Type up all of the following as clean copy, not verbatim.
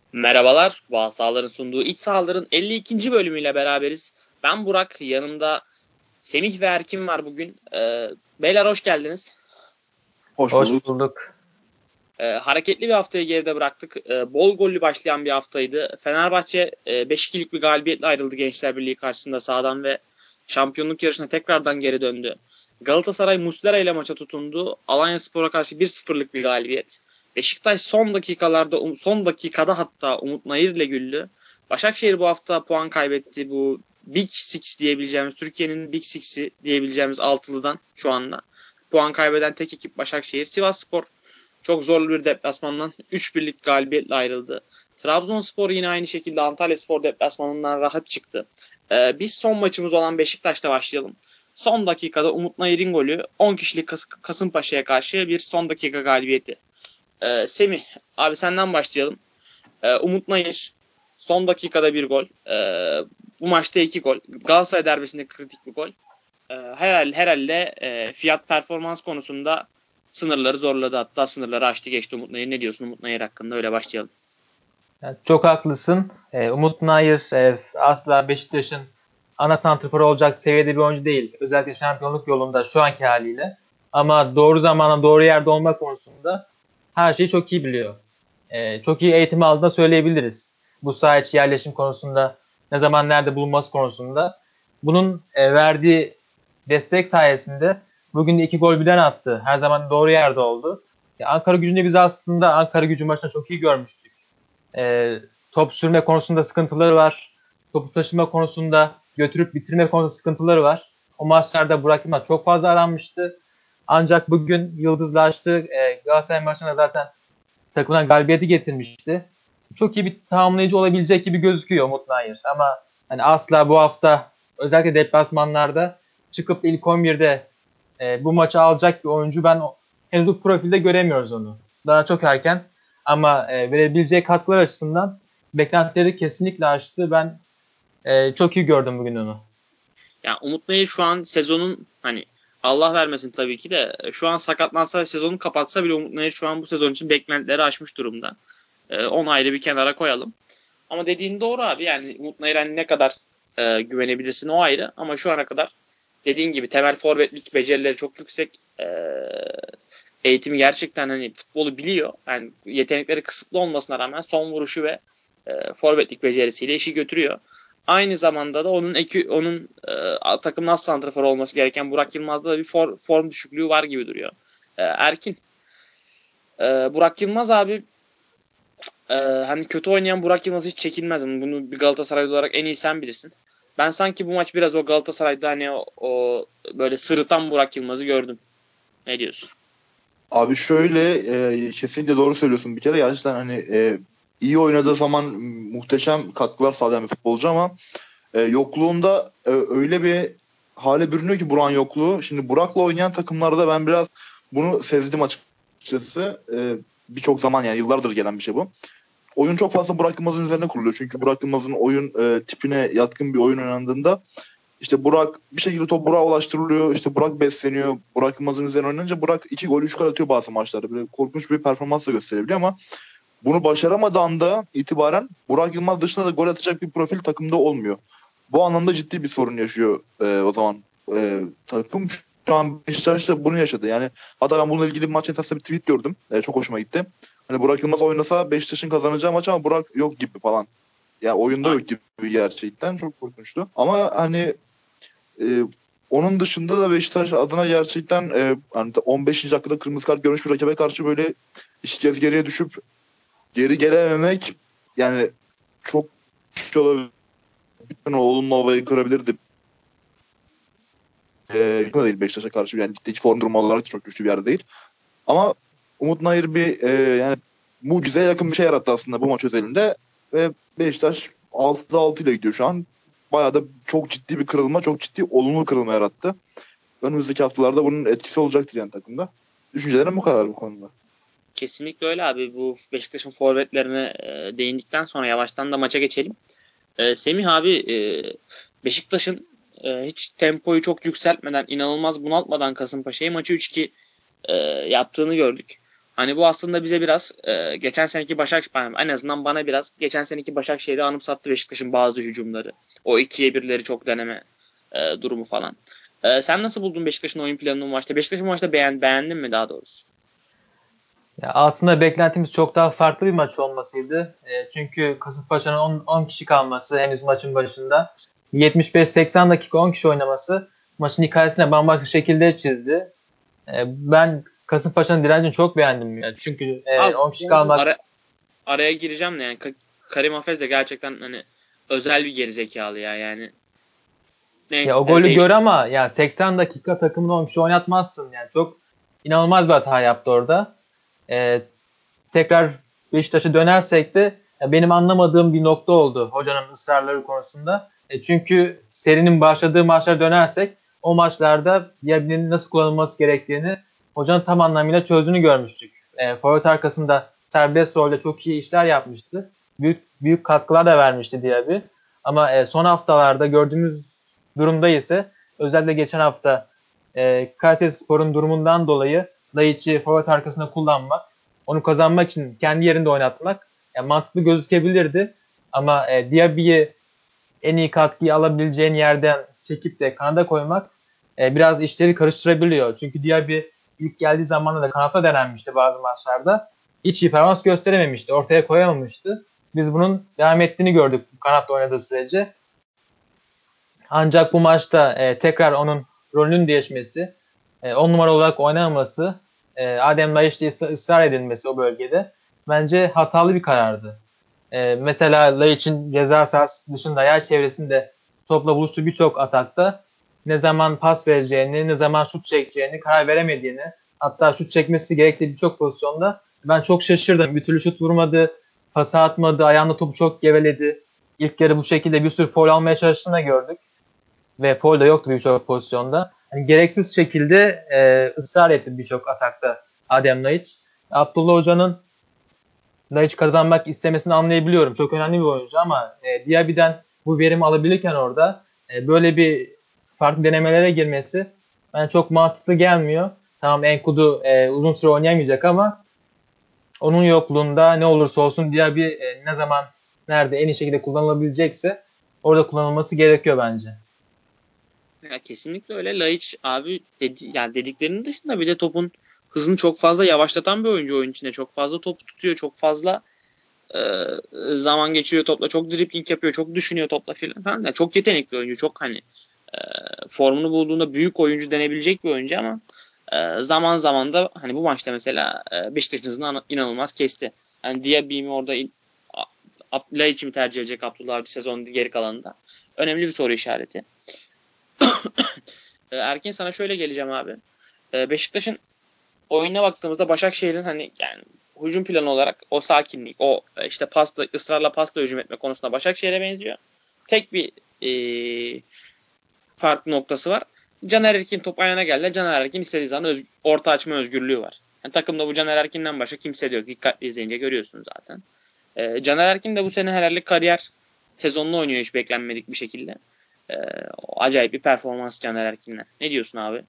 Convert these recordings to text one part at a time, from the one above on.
Merhabalar, Bağ Sahaların sunduğu İç Sahaların 52. bölümüyle beraberiz. Ben Burak, yanımda Semih ve Erkin var bugün. Beyler hoş geldiniz. Hoş Hoş bulduk. bulduk. Hareketli bir haftayı geride bıraktık. Bol gollü başlayan bir haftaydı. Fenerbahçe 5-2'lik bir galibiyetle ayrıldı Gençler Birliği karşısında sahadan ve şampiyonluk yarışına tekrardan geri döndü. Galatasaray Muslera ile maça tutundu. Alanyaspor'a karşı 1-0'lık bir galibiyet. Beşiktaş son dakikada hatta Umut Nayır ile güldü. Başakşehir bu hafta puan kaybetti. Bu Big Six diyebileceğimiz, Türkiye'nin Big Six'i diyebileceğimiz altılıdan şu anda. Puan kaybeden tek ekip Başakşehir. Sivasspor çok zorlu bir deplasmandan 3-1'lik galibiyetle ayrıldı. Trabzonspor yine aynı şekilde Antalyaspor deplasmanından rahat çıktı. Biz son maçımız olan Beşiktaş'ta başlayalım. Son dakikada Umut Nayır'ın golü 10 kişilik Kasımpaşa'ya karşı bir son dakika galibiyeti. Semih abi senden başlayalım. Umut Nayır son dakikada bir gol. Bu maçta 2 gol. Galatasaray derbisinde kritik bir gol. Herhalde fiyat performans konusunda sınırları zorladı. Hatta sınırları aştı geçti Umut Nayır. Ne diyorsun Umut Nayır hakkında? Öyle başlayalım. Yani çok haklısın. Umut Nayır asla Beşiktaş'ın ana santraforu olacak seviyede bir oyuncu değil. Özellikle şampiyonluk yolunda şu anki haliyle. Ama doğru zamanda doğru yerde olma konusunda her şeyi çok iyi biliyor. Çok iyi eğitim aldığını söyleyebiliriz. Bu saha içi yerleşim konusunda, ne zaman nerede bulunması konusunda. Bunun verdiği destek sayesinde bugün de 2 gol birden attı. Her zaman doğru yerde oldu. Ankara Gücü'nde biz aslında Ankara Gücü maçında çok iyi görmüştük. Top sürme konusunda sıkıntıları var. Topu taşıma konusunda, götürüp bitirme konusunda sıkıntıları var. O maçlarda Burak Yılmaz çok fazla aranmıştı. Ancak bugün yıldızlaştı. Galatasaray maçında zaten takımına galibiyeti getirmişti. Çok iyi bir tamamlayıcı olabilecek gibi gözüküyor Umut Nayır. Ama hani asla bu hafta özellikle deplasmanlarda çıkıp ilk 11'de bu maçı alacak bir oyuncu ben henüz bu profilde göremiyoruz onu. Daha çok erken ama verebileceği katkılar açısından beklentileri kesinlikle aştı. Ben çok iyi gördüm bugün onu. Yani Umut Nayır şu an sezonun hani Allah vermesin tabii ki de şu an sakatlansa sezonu kapatsa bile Umut Nayır şu an bu sezon için beklentileri aşmış durumda. Onu ayrı bir kenara koyalım. Ama dediğin doğru abi. Yani Umut Nayır'a ne kadar güvenebilirsin o ayrı. Ama şu ana kadar dediğin gibi temel forvetlik becerileri çok yüksek. Eğitimi gerçekten hani futbolu biliyor. Yani yetenekleri kısıtlı olmasına rağmen son vuruşu ve forvetlik becerisiyle işi götürüyor. Aynı zamanda da onun takımın az santrafor olması gereken Burak Yılmaz'da da bir form düşüklüğü var gibi duruyor. Erkin. Burak Yılmaz abi hani kötü oynayan Burak Yılmaz hiç çekilmez. Bunu bir Galatasaraylı olarak en iyi sen bilirsin. Ben sanki bu maç biraz o Galatasaray'da hani o böyle sırıtan Burak Yılmaz'ı gördüm. Ne diyorsun? Abi şöyle kesinlikle doğru söylüyorsun bir kere. Gerçekten hani iyi oynadığı zaman muhteşem katkılar sağlayan bir futbolcu ama yokluğunda öyle bir hale bürünüyor ki Burak'ın yokluğu. Şimdi Burak'la oynayan takımlarda ben biraz bunu sezdim açıkçası. Birçok zaman yani yıllardır gelen bir şey bu. Oyun çok fazla Burak Yılmaz'ın üzerine kuruluyor. Çünkü Burak Yılmaz'ın oyun tipine yatkın bir oyun oynandığında İşte Burak bir şekilde top Burak'a ulaştırılıyor. İşte Burak besleniyor. Burak Yılmaz'ın üzerine oynanınca Burak 2 gol 3 gol atıyor bazı maçlarda. Böyle korkunç bir performans da gösterebiliyor ama bunu başaramadığı anda itibaren Burak Yılmaz dışında da gol atacak bir profil takımda olmuyor. Bu anlamda ciddi bir sorun yaşıyor o zaman takım. Şu an Beşiktaş da bunu yaşadı. Yani hatta ben bununla ilgili bir maç esasında bir tweet gördüm. Çok hoşuma gitti. Hani Burak Yılmaz oynasa Beşiktaş'ın kazanacağı maç ama Burak yok gibi falan. Yani oyunda yok gibi gerçekten. Çok korkunçtu. Ama hani onun dışında da Beşiktaş adına gerçekten hani 15. dakikada kırmızı kart görmüş bir rakibe karşı böyle iki kez geriye düşüp geri gelememek yani çok güçlü olabilir. Bütün o olumlu havayı kırabilirdi. Değil Beşiktaş'a karşı yani ligdeki form durumu olarak da çok güçlü bir yerde değil. Ama Umut Nayır bir yani mucize yakın bir şey yarattı aslında bu maç özelinde ve Beşiktaş 6'da 6 ile gidiyor şu an. Bayağı da çok ciddi bir kırılma, çok ciddi olumlu kırılma yarattı. Önümüzdeki haftalarda bunun etkisi olacaktır yani takımda. Düşüncelerim bu kadar bu konuda. Kesinlikle öyle abi. Bu Beşiktaş'ın forvetlerine değindikten sonra yavaştan da maça geçelim. Semih abi Beşiktaş'ın hiç tempoyu çok yükseltmeden, inanılmaz bunaltmadan Kasımpaşa'yı maçı 3-2 yaptığını gördük. Hani bu aslında bize biraz geçen seneki en azından bana biraz geçen seneki Başakşehir'i anımsattı Beşiktaş'ın bazı hücumları. O 2'ye 1'leri çok deneme durumu falan. Sen nasıl buldun Beşiktaş'ın oyun planını bu maçta? Beşiktaş'ın bu maçta beğendin mi daha doğrusu? Ya aslında beklentimiz çok daha farklı bir maç olmasıydı. Çünkü Kasımpaşa'nın 10 kişi kalması henüz maçın başında, 75-80 dakika 10 kişi oynaması maçın hikayesine bambaşka şekilde çizdi. Ben Kasımpaşa'nın direncini çok beğendim. Yani çünkü Abi 10 kişi kalmak. araya gireceğim de yani Karim Hafez de gerçekten hani özel bir gerizekalı ya yani. Ya Neyse o golü gör değişik. ama ya 80 dakika takımını 10 kişi oynatmazsın. Yani çok inanılmaz bir hata yaptı orada. E, Tekrar Beşiktaş'a dönersek de benim anlamadığım bir nokta oldu hocanın ısrarları konusunda. Çünkü serinin başladığı maçlara dönersek o maçlarda Diaby'nin nasıl kullanılması gerektiğini hocanın tam anlamıyla çözdüğünü görmüştük. Forvet arkasında serbest rolde çok iyi işler yapmıştı. Büyük katkılar da vermişti Diaby. Ama son haftalarda gördüğümüz durumda ise özellikle geçen hafta Kayserispor'un durumundan dolayı Laiç'i forvet arkasında kullanmak, onu kazanmak için kendi yerinde oynatmak yani mantıklı gözükebilirdi. Ama Diaby'i en iyi katkıyı alabileceğin yerden çekip de kanada koymak biraz işleri karıştırabiliyor. Çünkü Diaby ilk geldiği zamanlarda da kanatta denenmişti bazı maçlarda. Hiç iyi performans gösterememişti. Ortaya koyamamıştı. Biz bunun devam ettiğini gördük kanatta oynadığı sürece. Ancak bu maçta tekrar onun rolünün değişmesi, 10 numara olarak oynamaması, Adem Laiç'te ısrar edilmesi o bölgede bence hatalı bir karardı. Mesela Laiç'in ceza sahası dışında yer çevresinde topla buluştuğu birçok atakta ne zaman pas vereceğini, ne zaman şut çekeceğini karar veremediğini, hatta şut çekmesi gerektiği birçok pozisyonda ben çok şaşırdım. Bir türlü şut vurmadı, pas atmadı, ayağında topu çok geveledi. İlk yarı bu şekilde bir sürü foul almaya çalıştığını da gördük ve foul da yoktu birçok pozisyonda. Yani gereksiz şekilde ısrar etti birçok atakta Adem Laiç. Abdullah Hoca'nın Laiç kazanmak istemesini anlayabiliyorum. Çok önemli bir oyuncu ama Diaby'den bu verimi alabilirken orada böyle bir farklı denemelere girmesi bana çok mantıklı gelmiyor. Tamam Enkudu uzun süre oynayamayacak ama onun yokluğunda ne olursa olsun Diaby ne zaman nerede en iyi şekilde kullanılabilecekse orada kullanılması gerekiyor bence. Ya kesinlikle öyle. Laiç abi yani dediklerinin dışında bir de topun hızını çok fazla yavaşlatan bir oyun içinde. Çok fazla top tutuyor. Çok fazla e, zaman geçiriyor topla. Çok dribbling yapıyor. Çok düşünüyor topla falan. Yani çok yetenekli bir oyuncu. Çok hani e, formunu bulduğunda büyük oyuncu denebilecek bir oyuncu ama zaman zaman da hani bu maçta mesela Beşiktaş'ın hızını inanılmaz kesti. Yani Diaby'mi orada Laiç'i mi tercih edecek Abdullah Avcı sezonun geri kalanında? Önemli bir soru işareti. Erkin sana şöyle geleceğim abi. Beşiktaş'ın oyuna baktığımızda Başakşehir'in hani yani hücum planı olarak o sakinlik, o işte ısrarla pasla hücum etme konusunda Başakşehir'e benziyor. Tek bir farklı noktası var. Caner Erkin top ayağına geldi. Caner Erkin istediği zaman orta açma özgürlüğü var. Yani takımda bu Caner Erkin'den başka kimse de yok. Dikkatli izleyince görüyorsun zaten. Caner Erkin de bu sene herhalde kariyer sezonunu oynuyor hiç beklenmedik bir şekilde. Acayip bir performans Caner Erkin'le. Ne diyorsun abi?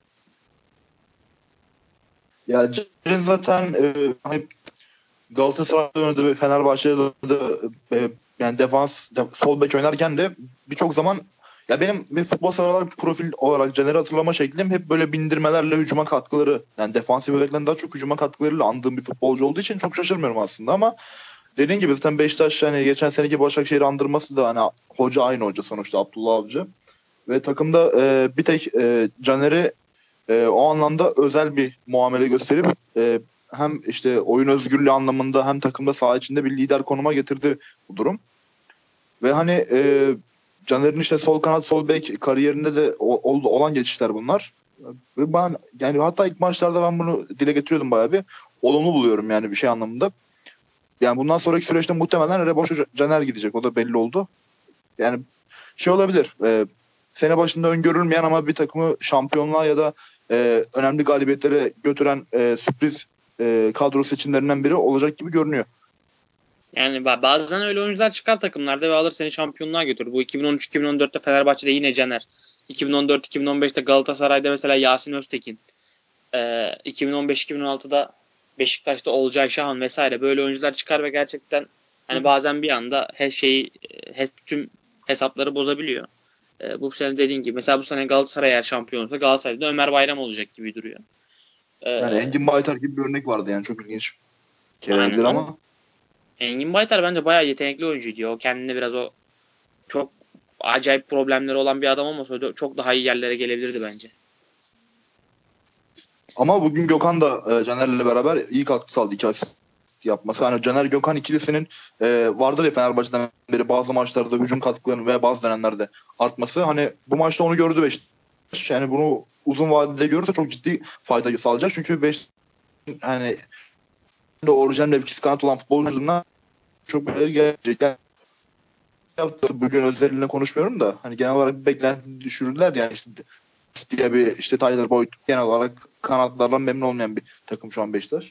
Ya Caner'in zaten hani Galatasaray'da oynadı ve Fenerbahçe'de oynadı. Yani sol bek oynarken de birçok zaman ya benim bir futbol sever profil olarak Caner'i hatırlama şeklim hep böyle bindirmelerle hücuma katkıları, yani defansif özellikle daha çok hücuma katkılarıyla andığım bir futbolcu olduğu için çok şaşırmıyorum aslında ama dediğin gibi zaten Beşiktaş hani geçen seneki Başakşehir'i andırması da hani hoca aynı hoca sonuçta Abdullah Avcı ve takımda bir tek Caner'i o anlamda özel bir muamele gösterip hem işte oyun özgürlüğü anlamında hem takımda saha içinde bir lider konuma getirdi bu durum. Ve hani Caner'in işte sol kanat sol bek kariyerinde de olan geçişler bunlar. Ve ben yani hatta ilk maçlarda ben bunu dile getiriyordum bayağı bir. Olumlu buluyorum yani bir şey anlamında. Yani bundan sonraki süreçte muhtemelen Reboş'a Caner gidecek. O da belli oldu. Yani şey olabilir. Sene başında öngörülmeyen ama bir takımı şampiyonluğa ya da önemli galibiyetlere götüren sürpriz kadro seçimlerinden biri olacak gibi görünüyor. Yani bazen öyle oyuncular çıkar takımlarda ve alır seni şampiyonluğa götürür. Bu 2013-2014'te Fenerbahçe'de yine Caner. 2014-2015'te Galatasaray'da mesela Yasin Öztekin. 2015-2016'da Beşiktaş'ta Olcay Şahan vesaire böyle oyuncular çıkar ve gerçekten hani bazen bir anda her şeyi tüm hesapları bozabiliyor. Bu sene dediğin gibi mesela bu sene Galatasaray eğer şampiyon olursa Galatasaray'da Ömer Bayram olacak gibi duruyor. Yani Engin Baytar gibi bir örnek vardı yani çok ilginç. Aynen Ama Engin Baytar bence bayağı yetenekli oyuncuydu. O kendine biraz o çok acayip problemleri olan bir adam olmasa çok daha iyi yerlere gelebilirdi bence. Ama bugün Gökhan da Caner'le beraber iyi katkı sağladı, 2 asist yapması. Hani Caner Gökhan ikilisinin vardır ya Fenerbahçe'den beri bazı maçlarda hücum katkılarının ve bazı dönemlerde artması. Hani bu maçta onu gördü Beşiktaş. Yani bunu uzun vadede görürse çok ciddi fayda sağlayacak. Çünkü hani orijinal mevkisi kanat olan futbolcundan çok ileri gelecek. Yani bugün özelliğine konuşmuyorum da hani genel olarak bir beklenti düşürürler yani diye bir Tyler Boyd genel olarak kanatlardan memnun olmayan bir takım şu an Beşiktaş.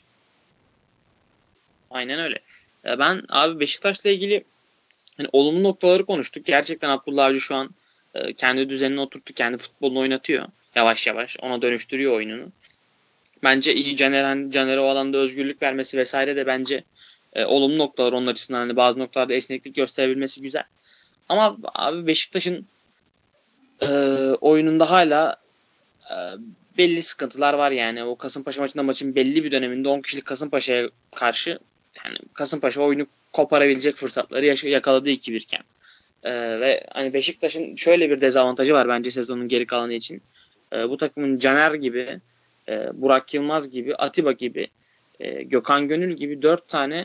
Aynen öyle. Ben abi Beşiktaş'la ilgili hani olumlu noktaları konuştuk. Gerçekten Abdullah Avcı şu an kendi düzenini oturttu. Kendi futbolunu oynatıyor. Yavaş yavaş. Ona dönüştürüyor oyununu. Bence iyi Caner'e o alanda özgürlük vermesi vesaire de bence olumlu noktalar onun açısından. Hani bazı noktalarda esneklik gösterebilmesi güzel. Ama abi Beşiktaş'ın oyununda hala e, belli sıkıntılar var yani. O Kasımpaşa maçın belli bir döneminde 10 kişilik Kasımpaşa'ya karşı yani Kasımpaşa oyunu koparabilecek fırsatları yakaladı 2-1 iken. Ve hani Beşiktaş'ın şöyle bir dezavantajı var bence sezonun geri kalanı için. Bu takımın Caner gibi, Burak Yılmaz gibi, Atiba gibi, Gökhan Gönül gibi 4 tane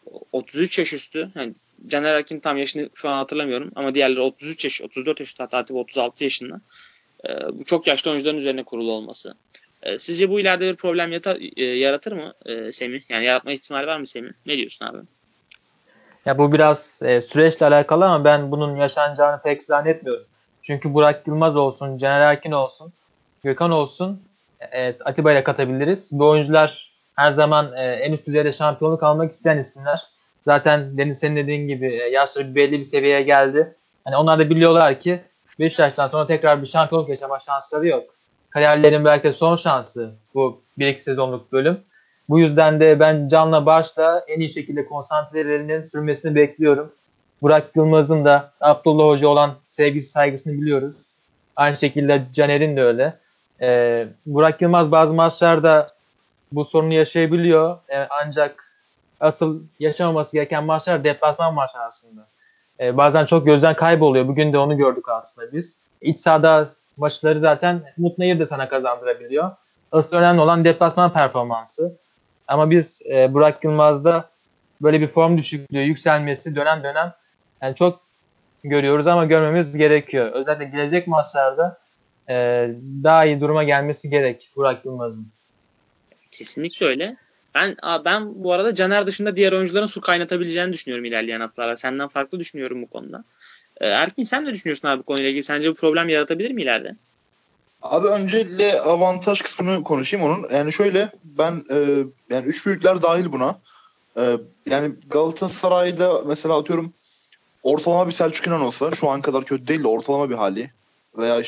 33 yaş üstü. Yani Caner Erkin tam yaşını şu an hatırlamıyorum ama diğerleri 33 yaş, 34 yaş, hatta Atiba 36 yaşında. Bu çok yaşlı oyuncuların üzerine kurulu olması. Sizce bu ileride bir problem yaratır mı Semih? Yani yaratma ihtimali var mı Semih? Ne diyorsun abi? Ya bu biraz süreçle alakalı ama ben bunun yaşanacağını pek zannetmiyorum. Çünkü Burak Yılmaz olsun, Caner Erkin olsun, Gökhan olsun, Atiba ile katabiliriz. Bu oyuncular her zaman en üst düzeyde şampiyonluk almak isteyen isimler. Zaten Deniz senin dediğin gibi yaşları belli bir seviyeye geldi. Hani onlar da biliyorlar ki Beşiktaş'tan sonra tekrar bir şampiyonluk yaşama şansları yok. Kariyerlerin belki de son şansı bu 1-2 sezonluk bölüm. Bu yüzden de ben canla başla en iyi şekilde konsantrelerinin sürmesini bekliyorum. Burak Yılmaz'ın da Abdullah Hoca olan sevgisi saygısını biliyoruz. Aynı şekilde Caner'in de öyle. Burak Yılmaz bazı maçlarda bu sorunu yaşayabiliyor. Ancak asıl yaşamaması gereken maçlar deplasman maçları aslında. Bazen çok gözden kayboluyor. Bugün de onu gördük aslında biz. İç sahada maçları zaten Mutnayır da sana kazandırabiliyor. Asıl önemli olan deplasman performansı. Ama biz Burak Yılmaz'da böyle bir form düşüklüğü, yükselmesi dönem dönem yani çok görüyoruz ama görmemiz gerekiyor. Özellikle gelecek maçlarda e, daha iyi duruma gelmesi gerek Burak Yılmaz'ın. Kesinlikle öyle. Ben bu arada Caner dışında diğer oyuncuların su kaynatabileceğini düşünüyorum ilerleyen haftalarda. Senden farklı düşünüyorum bu konuda. Erkin sen ne düşünüyorsun abi bu konuyla ilgili? Sence bu problem yaratabilir mi ileride? Abi öncelikle avantaj kısmını konuşayım onun. Yani şöyle ben yani üç büyükler dahil buna. Yani Galatasaray'da mesela atıyorum ortalama bir Selçuk İnan olsa şu an kadar kötü değil de ortalama bir hali. Veya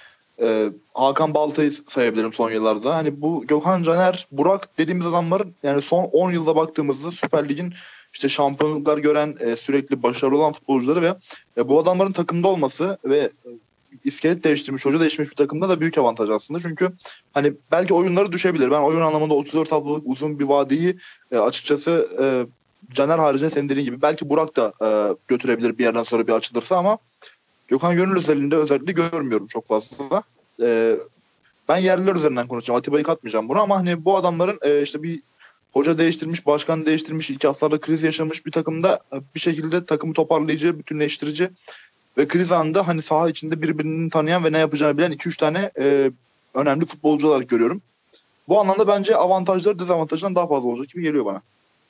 Hakan Balta'yı sayabilirim son yıllarda. Hani bu Gökhan Caner, Burak dediğimiz adamların yani son 10 yılda baktığımızda Süper Lig'in şampiyonluklar gören sürekli başarılı olan futbolcuları ve bu adamların takımda olması ve iskelet değiştirmiş, hoca değişmiş bir takımda da büyük avantaj aslında. Çünkü hani belki oyunları düşebilir. Ben oyun anlamında 34 haftalık uzun bir vadeyi açıkçası Caner haricinde senin dediğin gibi belki Burak da götürebilir bir yerden sonra bir açılırsa ama Gökhan Gönül özelinde özellikle görmüyorum çok fazla. Ben yerliler üzerinden konuşacağım. Atiba'yı katmayacağım buna ama hani bu adamların bir hoca değiştirmiş, başkan değiştirmiş, ilk haftalarda kriz yaşamış bir takımda bir şekilde takımı toparlayıcı, bütünleştirici ve kriz anında hani saha içinde birbirini tanıyan ve ne yapacağını bilen 2-3 tane önemli futbolcu olarak görüyorum. Bu anlamda bence avantajları dezavantajından daha fazla olacak gibi geliyor bana.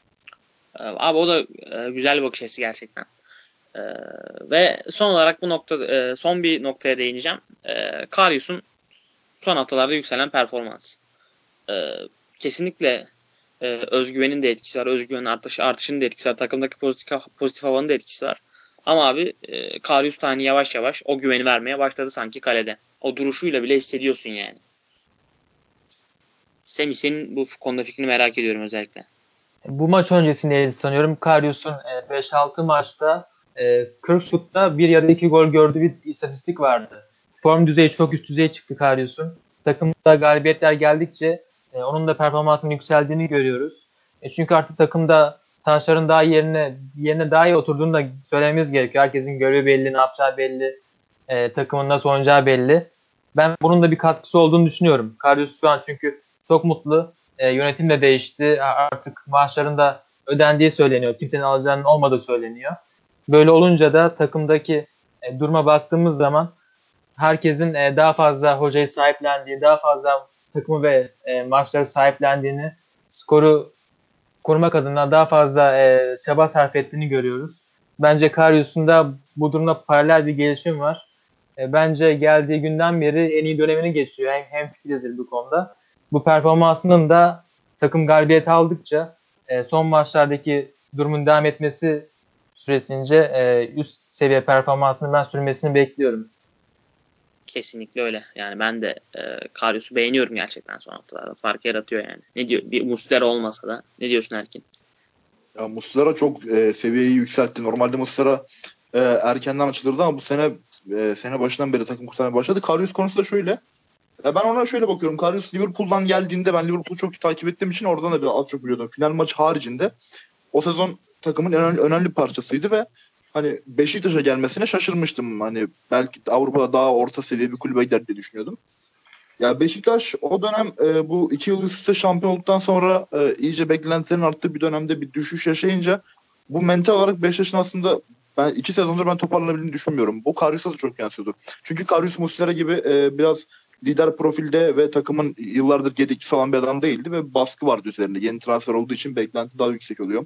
Abi o da güzel bir bakış açısı gerçekten. Ve son olarak son bir noktaya değineceğim. Karius'un son haftalarda yükselen performans. Kesinlikle özgüvenin de etkisi var. Özgüvenin artışının da etkisi var. Takımdaki pozitif havanın da etkisi var. Ama abi Karius da hani yavaş yavaş o güveni vermeye başladı sanki kalede. O duruşuyla bile hissediyorsun yani. Semih, senin bu konuda fikrini merak ediyorum özellikle. Bu maç öncesindeydi sanıyorum. Karius'un 5-6 maçta 40 şutta 1 ya da 2 gol gördüğü bir istatistik vardı. Form düzeyi çok üst düzeye çıktı Karius'un. Takımda galibiyetler geldikçe onun da performansının yükseldiğini görüyoruz. Çünkü artık takımda taşların daha yerine daha iyi oturduğunu da söylememiz gerekiyor. Herkesin görevi belli, ne yapacağı belli, takımın nasıl oynayacağı belli. Ben bunun da bir katkısı olduğunu düşünüyorum. Karius şu an çünkü çok mutlu. Yönetim de değişti. Artık maaşlarında ödendiği söyleniyor. Kimsenin alacağının olmadığı söyleniyor. Böyle olunca da takımdaki duruma baktığımız zaman herkesin daha fazla hocayı sahiplendiği, daha fazla takımı ve maçları sahiplendiğini, skoru korumak adına daha fazla çaba sarf ettiğini görüyoruz. Bence Karius'un da bu durumda paralel bir gelişim var. Bence geldiği günden beri en iyi dönemini geçiyor. Hem fikirizdir bu konuda. Bu performansının da takım galibiyet aldıkça son maçlardaki durumun devam etmesi süresince üst seviye performansını ben sürmesini bekliyorum. Kesinlikle öyle. Yani ben de Karius'u beğeniyorum gerçekten son haftalarda. Fark yaratıyor yani. Ne diyor? Bir Muslera olmasa da. Ne diyorsun Erkin? Ya Muslera çok seviyeyi yükseltti. Normalde Muslera erkenden açılırdı ama bu sene başından beri takım kurtarmaya başladı. Karius konusu da şöyle. Ya ben ona şöyle bakıyorum. Karius Liverpool'dan geldiğinde ben Liverpool'u çok iyi takip ettiğim için oradan da biraz az çok biliyordum. Final maçı haricinde o sezon takımın önemli bir parçasıydı ve hani Beşiktaş'a gelmesine şaşırmıştım. Hani belki Avrupa'da daha orta seviye bir kulübe gider diye düşünüyordum. Ya Beşiktaş o dönem bu 2 yıl üst üste şampiyon olduktan sonra iyice beklentilerin arttığı bir dönemde bir düşüş yaşayınca bu mental olarak Beşiktaş'ın aslında ben 2 sezondur ben toparlanabildiğini düşünmüyorum. Bu Karius'a da çok yansıyordu. Çünkü Karius Muslera gibi biraz lider profilde ve takımın yıllardır yedekçisi olan bir adam değildi ve baskı vardı üzerinde. Yeni transfer olduğu için beklenti daha yüksek oluyor.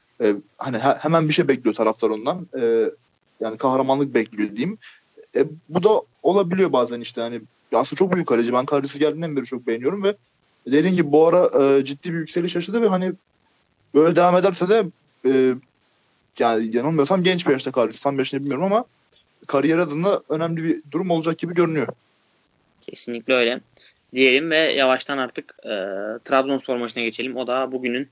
Hani hemen bir şey bekliyor taraftar ondan. Yani kahramanlık bekliyor diyeyim. Bu da olabiliyor bazen işte hani aslında çok büyük kaleci. Ben Karius'u geldiğinden beri çok beğeniyorum ve dediğim gibi bu ara ciddi bir yükseliş yaşadı ve hani böyle devam ederse de yani yanılmıyorsam genç bir yaşta Karius. Tam yaşını bilmiyorum ama kariyer adına önemli bir durum olacak gibi görünüyor. Kesinlikle öyle. Diyelim ve yavaştan artık Trabzonspor maçına geçelim. O da bugünün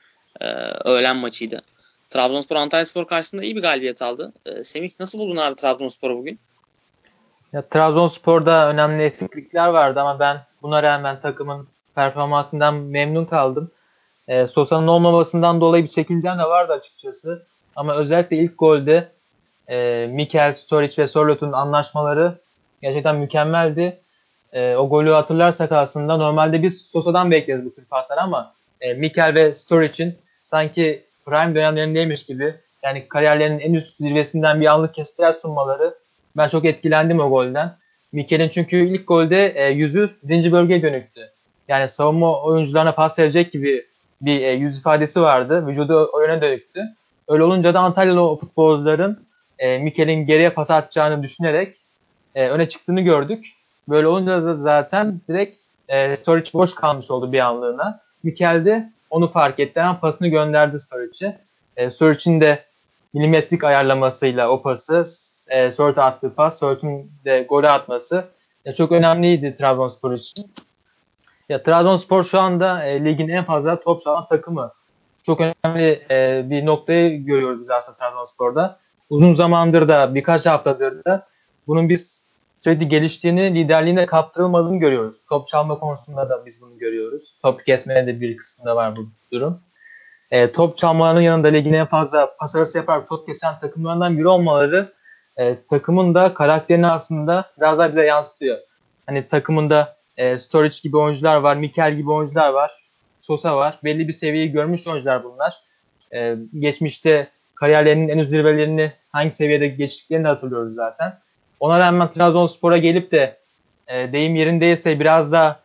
öğlen maçıydı. Trabzonspor Antalyaspor karşısında iyi bir galibiyet aldı. Semih, nasıl buldun abi Trabzonspor'u bugün? Ya, Trabzonspor'da önemli eksiklikler vardı ama ben buna rağmen takımın performansından memnun kaldım. Sosa'nın olmamasından dolayı bir çekincem de vardı açıkçası. Ama özellikle ilk golde Mikel, Storic ve Sorlot'un anlaşmaları gerçekten mükemmeldi. O golü hatırlarsak aslında normalde biz Sosa'dan bekleriz bu tür paslar ama Mikel ve Storic'in sanki prime dönemlerindeymiş gibi yani kariyerlerinin en üst zirvesinden bir anlık kesitler sunmaları ben çok etkilendim o golden. Mikel'in çünkü ilk golde yüzü birinci bölgeye dönüktü. Yani savunma oyuncularına pas verecek gibi bir yüz ifadesi vardı. Vücudu o yöne dönüktü. Öyle olunca da Antalyalı futbolcuların Mikel'in geriye pas atacağını düşünerek öne çıktığını gördük. Böyle olunca da zaten direkt Storic boş kalmış oldu bir anlığına. Mikel de onu fark etti. Hemen pasını gönderdi Storic'e. Storic'in de milimetrik ayarlamasıyla o pası Sort'a attığı pas, Sort'un de golü atması çok önemliydi Trabzonspor için. Ya Trabzonspor şu anda ligin en fazla top çalan takımı. Çok önemli bir noktayı görüyoruz biz aslında Trabzonspor'da. Uzun zamandır da birkaç haftadır da bunun biz sürekli geliştiğini, liderliğine kaptırılmadığını görüyoruz. Top çalma konusunda da biz bunu görüyoruz. Top kesmede de bir kısmında var bu durum. Top çalmalarının yanında ligin en fazla pas arası yaparak top kesen takımlarından biri olmaları takımın da karakterini aslında biraz daha bize yansıtıyor. Hani takımında Storic gibi oyuncular var, Mikel gibi oyuncular var, Sosa var. Belli bir seviyeyi görmüş oyuncular bunlar. Geçmişte kariyerlerinin en üst zirvelerini hangi seviyede geçtiklerini de hatırlıyoruz zaten. Ona rağmen Trabzonspor'a gelip de deyim yerindeyse biraz da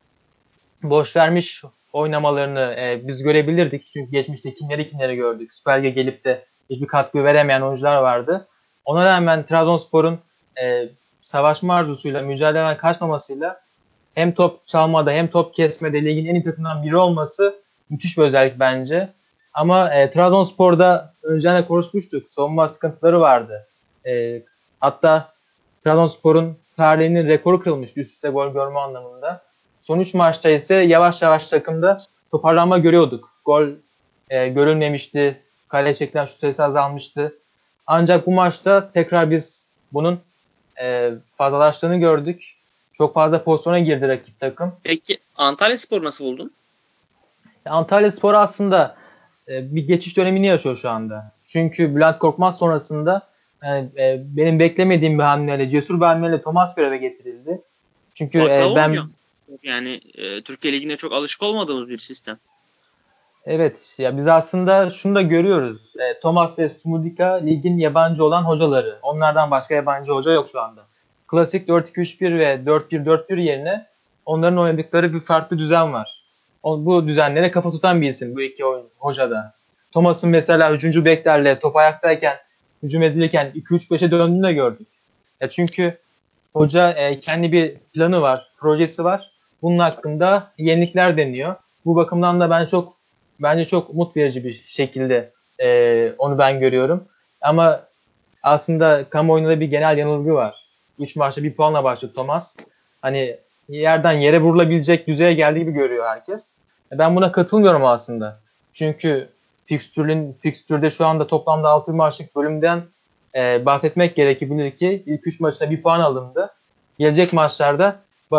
boş vermiş oynamalarını biz görebilirdik. Çünkü geçmişte kimleri gördük. Süper Lig'e gelip de hiçbir katkı veremeyen oyuncular vardı. Ona rağmen Trabzonspor'un savaşma arzusuyla, mücadeleden kaçmamasıyla hem top çalmada hem top kesmede ligin en iyi takımından biri olması müthiş bir özellik bence. Ama Trabzonspor'da önceden de konuşmuştuk. Savunma sıkıntıları vardı. Hatta Trabzonspor'un tarihinin rekoru kırılmıştı üst üste gol görme anlamında. Son 3 maçta ise yavaş yavaş takımda toparlanma görüyorduk. Gol görülmemişti. Kaleye çekilen şut sayısı azalmıştı. Ancak bu maçta tekrar biz bunun fazlalaştığını gördük. Çok fazla pozisyona girdi rakip takım. Peki Antalyaspor nasıl buldun? Antalyaspor aslında bir geçiş dönemini yaşıyor şu anda. Çünkü Bülent Korkmaz sonrasında benim beklemediğim bir hamleyle, cesur bir hamleyle Thomas göreve getirildi. Çünkü Baklava ben oynuyor. Yani Türkiye Ligi'ne çok alışık olmadığımız bir sistem. evet ya biz aslında şunu da görüyoruz. Thomas ve Sumudika ligin yabancı olan hocaları. Onlardan başka yabancı hoca yok şu anda. Klasik 4-2-3-1 ve 4-1-4-1 yerine onların oynadıkları bir farklı düzen var. Bu düzenlere kafa tutan bir isim bu iki hoca da. Thomas'ın mesela hücumcu beklerle top ayaktayken, hücum edilirken 2-3-5'e döndüğünü de gördük. Çünkü hoca kendi bir planı var, projesi var. Bunun hakkında yenilikler deniyor. Bu bakımdan da bence çok umut verici bir şekilde onu ben görüyorum. Ama aslında kamuoyunda da bir genel yanılgı var. 3 maçta bir puanla başladı Thomas. Hani yerden yere vurulabilecek düzeye geldiği gibi görüyor herkes. Ben buna katılmıyorum aslında. Çünkü fikstürde şu anda toplamda 6 maçlık bölümden bahsetmek gerekebilir ki ilk 3 maçta bir puan alındı. Gelecek maçlarda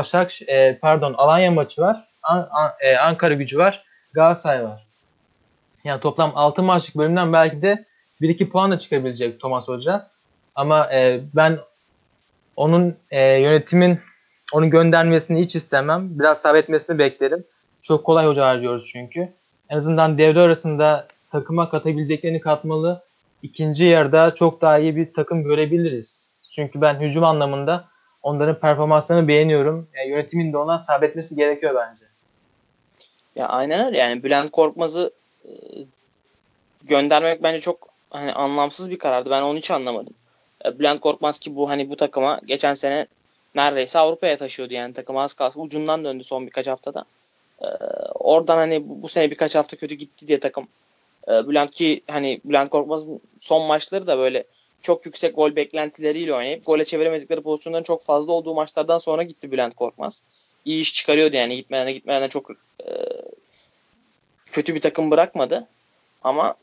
Alanya maçı var, Ankara Gücü var, Galatasaray var. Yani toplam 6 maçlık bölümden belki de 1-2 puanla çıkabilecek Thomas Hoca. Ama ben onun yönetimin onu göndermesini hiç istemem. Biraz sabretmesini beklerim. Çok kolay hoca harcıyoruz çünkü. En azından devre arasında takıma katabileceklerini katmalı. İkinci yarıda çok daha iyi bir takım görebiliriz. Çünkü ben hücum anlamında onların performanslarını beğeniyorum. Yönetimin de ona sabretmesi gerekiyor bence. Ya aynen öyle. Yani Bülent Korkmaz'ı göndermek bence çok hani anlamsız bir karardı. Ben onu hiç anlamadım. Bülent Korkmaz ki bu hani bu takıma geçen sene neredeyse Avrupa'ya taşıyordu yani takım az kalsın ucundan döndü son birkaç haftada. Oradan hani bu sene birkaç hafta kötü gitti diye takım. Bülent ki hani Bülent Korkmaz'ın son maçları da böyle çok yüksek gol beklentileriyle oynayıp gole çeviremedikleri pozisyonların çok fazla olduğu maçlardan sonra gitti Bülent Korkmaz. İyi iş çıkarıyordu yani gitmeden de çok kötü bir takım bırakmadı. Ama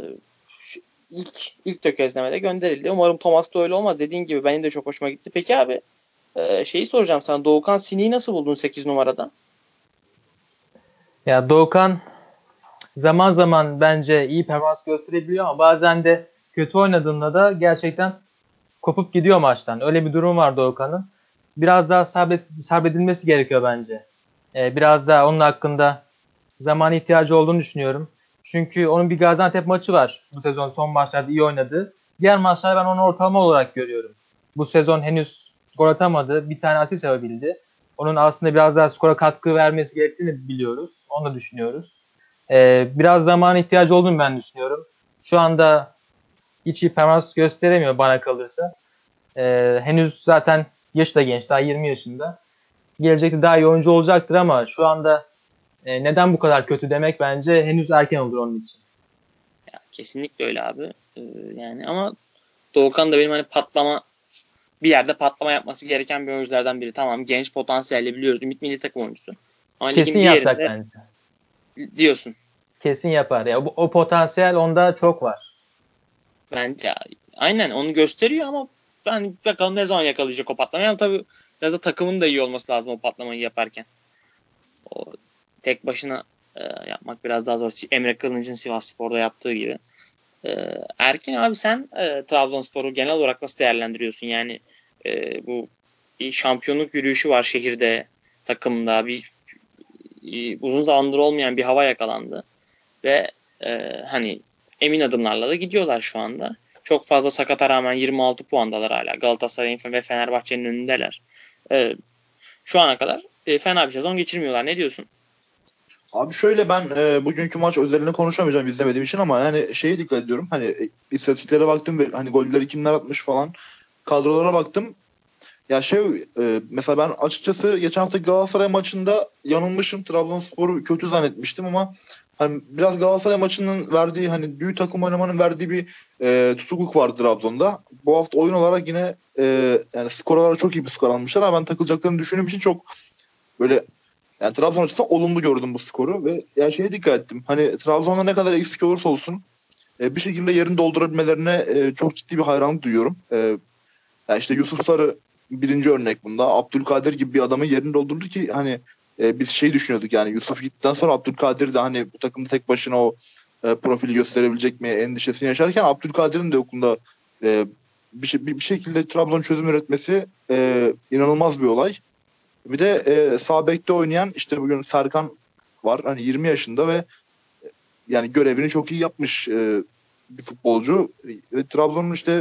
ilk tökezlemede gönderildi. Umarım Thomas da öyle olmaz. Dediğin gibi benim de çok hoşuma gitti. Peki abi şeyi soracağım sana. Doğukan Sini'yi nasıl buldun 8 numarada? Ya Doğukan zaman zaman bence iyi performans gösterebiliyor ama bazen de kötü oynadığında da gerçekten kopup gidiyor maçtan. Öyle bir durum var Doğukan'ın. Biraz daha sabredilmesi gerekiyor bence. Biraz daha onun hakkında zamana ihtiyacı olduğunu düşünüyorum. Çünkü onun bir Gaziantep maçı var. Bu sezon son maçlarda iyi oynadı. Diğer maçlarda ben onu ortalama olarak görüyorum. Bu sezon henüz gol atamadı. Bir tane asist yapabildi. Onun aslında biraz daha skora katkı vermesi gerektiğini biliyoruz. Onu da düşünüyoruz. Biraz zamana ihtiyacı olduğunu ben düşünüyorum. Şu anda hiç iyi performans gösteremiyor bana kalırsa. Henüz zaten yaşı da genç. Daha 20 yaşında. Gelecekte daha iyi oyuncu olacaktır ama şu anda neden bu kadar kötü demek bence henüz erken olur onun için. Ya, kesinlikle öyle abi. Yani ama Doğukan da benim hani bir yerde patlama yapması gereken bir oyunculardan biri. Tamam genç potansiyelli biliyoruz. Ümit milli takım oyuncusu. Ama Kesin ligin bir yapacak yerinde bence. diyorsun. Kesin yapar. Ya o potansiyel onda çok var. Bence aynen onu gösteriyor ama ben bakalım ne zaman yakalayacak o patlamayı. Yani tabii biraz da takımın da iyi olması lazım o patlamayı yaparken. O tek başına yapmak biraz daha zor. Emre Kılınç'ın Sivasspor'da yaptığı gibi. Erkin abi sen Trabzonspor'u genel olarak nasıl değerlendiriyorsun? Yani bu bir şampiyonluk yürüyüşü var şehirde, takımda. Uzun zamandır olmayan bir hava yakalandı. Ve hani emin adımlarla da gidiyorlar şu anda. Çok fazla sakata rağmen 26 puandalar hala. Galatasaray'ın ve Fenerbahçe'nin önündeler. Şu ana kadar fena bir sezon geçirmiyorlar. Ne diyorsun? Abi şöyle ben bugünkü maç özelinde konuşamayacağım izlemediğim için ama yani şeye dikkat ediyorum. Hani istatistiklere baktım ve hani golleri kimler atmış falan kadrolara baktım. Ya mesela ben açıkçası geçen hafta Galatasaray maçında yanılmışım. Trabzonspor'u kötü zannetmiştim ama hani biraz Galatasaray maçının verdiği hani büyük takım oynamanın verdiği bir tutukluk vardı Trabzon'da. Bu hafta oyun olarak yine yani skor olarak çok iyi bir skor almışlar ama ben takılacaklarını düşündüğüm için çok böyle Yani Trabzon açısından olumlu gördüm bu skoru ve yani şeye dikkat ettim. Hani Trabzon'da ne kadar eksik olursa olsun bir şekilde yerini doldurabilmelerine çok ciddi bir hayranlık duyuyorum. Yani işte Yusuf Sarı birinci örnek bunda. Abdülkadir gibi bir adamın yerini doldurdu ki hani biz şey düşünüyorduk yani Yusuf gittikten sonra Abdülkadir de hani bu takımda tek başına o profili gösterebilecek mi endişesini yaşarken Abdülkadir'in de yokluğunda bir şekilde Trabzon çözüm üretmesi inanılmaz bir olay. Bir de sağ bekte oynayan işte bugün Serkan var. Hani 20 yaşında ve yani görevini çok iyi yapmış bir futbolcu. Ve Trabzon'un işte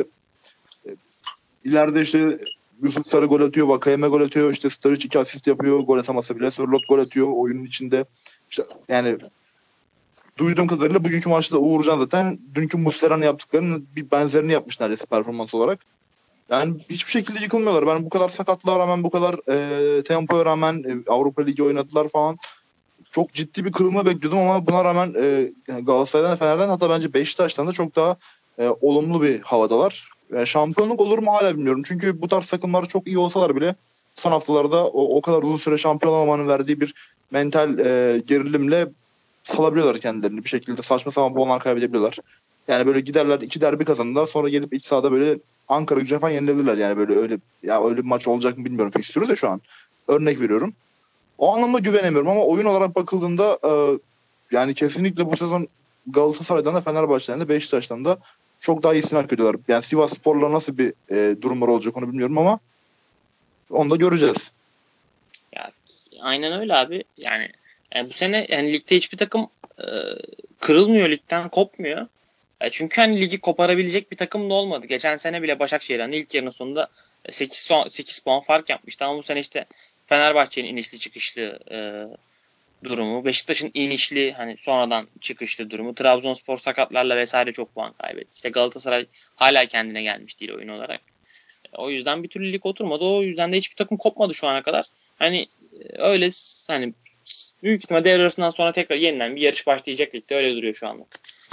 ileride işte Yusuf Sarı gol atıyor, Vakayeme gol atıyor, işte Sturridge 2 asist yapıyor, gol atamasa bile Sörloth gol atıyor oyunun içinde. İşte yani duyduğum kadarıyla bugünkü maçta Uğurcan zaten dünkü Muslera'nın yaptıklarının bir benzerini yapmış neredeyse performans olarak. Yani hiçbir şekilde yıkılmıyorlar. Ben bu kadar sakatlığa rağmen, bu kadar tempoya rağmen Avrupa Ligi oynadılar falan. Çok ciddi bir kırılma bekliyordum ama buna rağmen Galatasaray'dan, Fener'den hatta bence Beşiktaş'tan da çok daha olumlu bir havadalar. Şampiyonluk olur mu hala bilmiyorum. Çünkü bu tarz takımlar çok iyi olsalar bile son haftalarda o kadar uzun süre şampiyon olmamanın verdiği bir mental gerilimle salabiliyorlar kendilerini. Bir şekilde saçma sapan puanlar kaybedebiliyorlar. Yani böyle giderler 2 derbi kazanırlar sonra gelip iç sahada böyle Ankara Gücü'ne falan yenilebilirler. Yani böyle öyle bir maç olacak mı bilmiyorum fikstürü de şu an. Örnek veriyorum. O anlamda güvenemiyorum ama oyun olarak bakıldığında yani kesinlikle bu sezon Galatasaray'dan da Fenerbahçe'den de Beşiktaş'tan da çok daha iyisini hak ediyorlar. Yani Sivasspor'la nasıl bir durumlar olacak onu bilmiyorum ama onu da göreceğiz. Ya, aynen öyle abi. Yani bu sene yani ligde hiçbir takım kırılmıyor, ligden kopmuyor. Çünkü hani ligi koparabilecek bir takım da olmadı. Geçen sene bile Başakşehir'den ilk yarının sonunda 8 puan fark yapmıştı. Ama bu sene işte Fenerbahçe'nin inişli çıkışlı durumu, Beşiktaş'ın inişli hani sonradan çıkışlı durumu, Trabzonspor sakatlarla vesaire çok puan kaybetti. İşte Galatasaray hala kendine gelmiş değil oyun olarak. O yüzden bir türlü lig oturmadı. O yüzden de hiçbir takım kopmadı şu ana kadar. Hani öyle hani büyük ihtimal devre arasından sonra tekrar yeniden bir yarış başlayacak ligde, öyle duruyor şu anlık.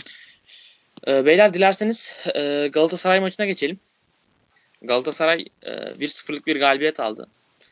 Beyler dilerseniz Galatasaray maçına geçelim. Galatasaray 1-0'lık bir galibiyet aldı.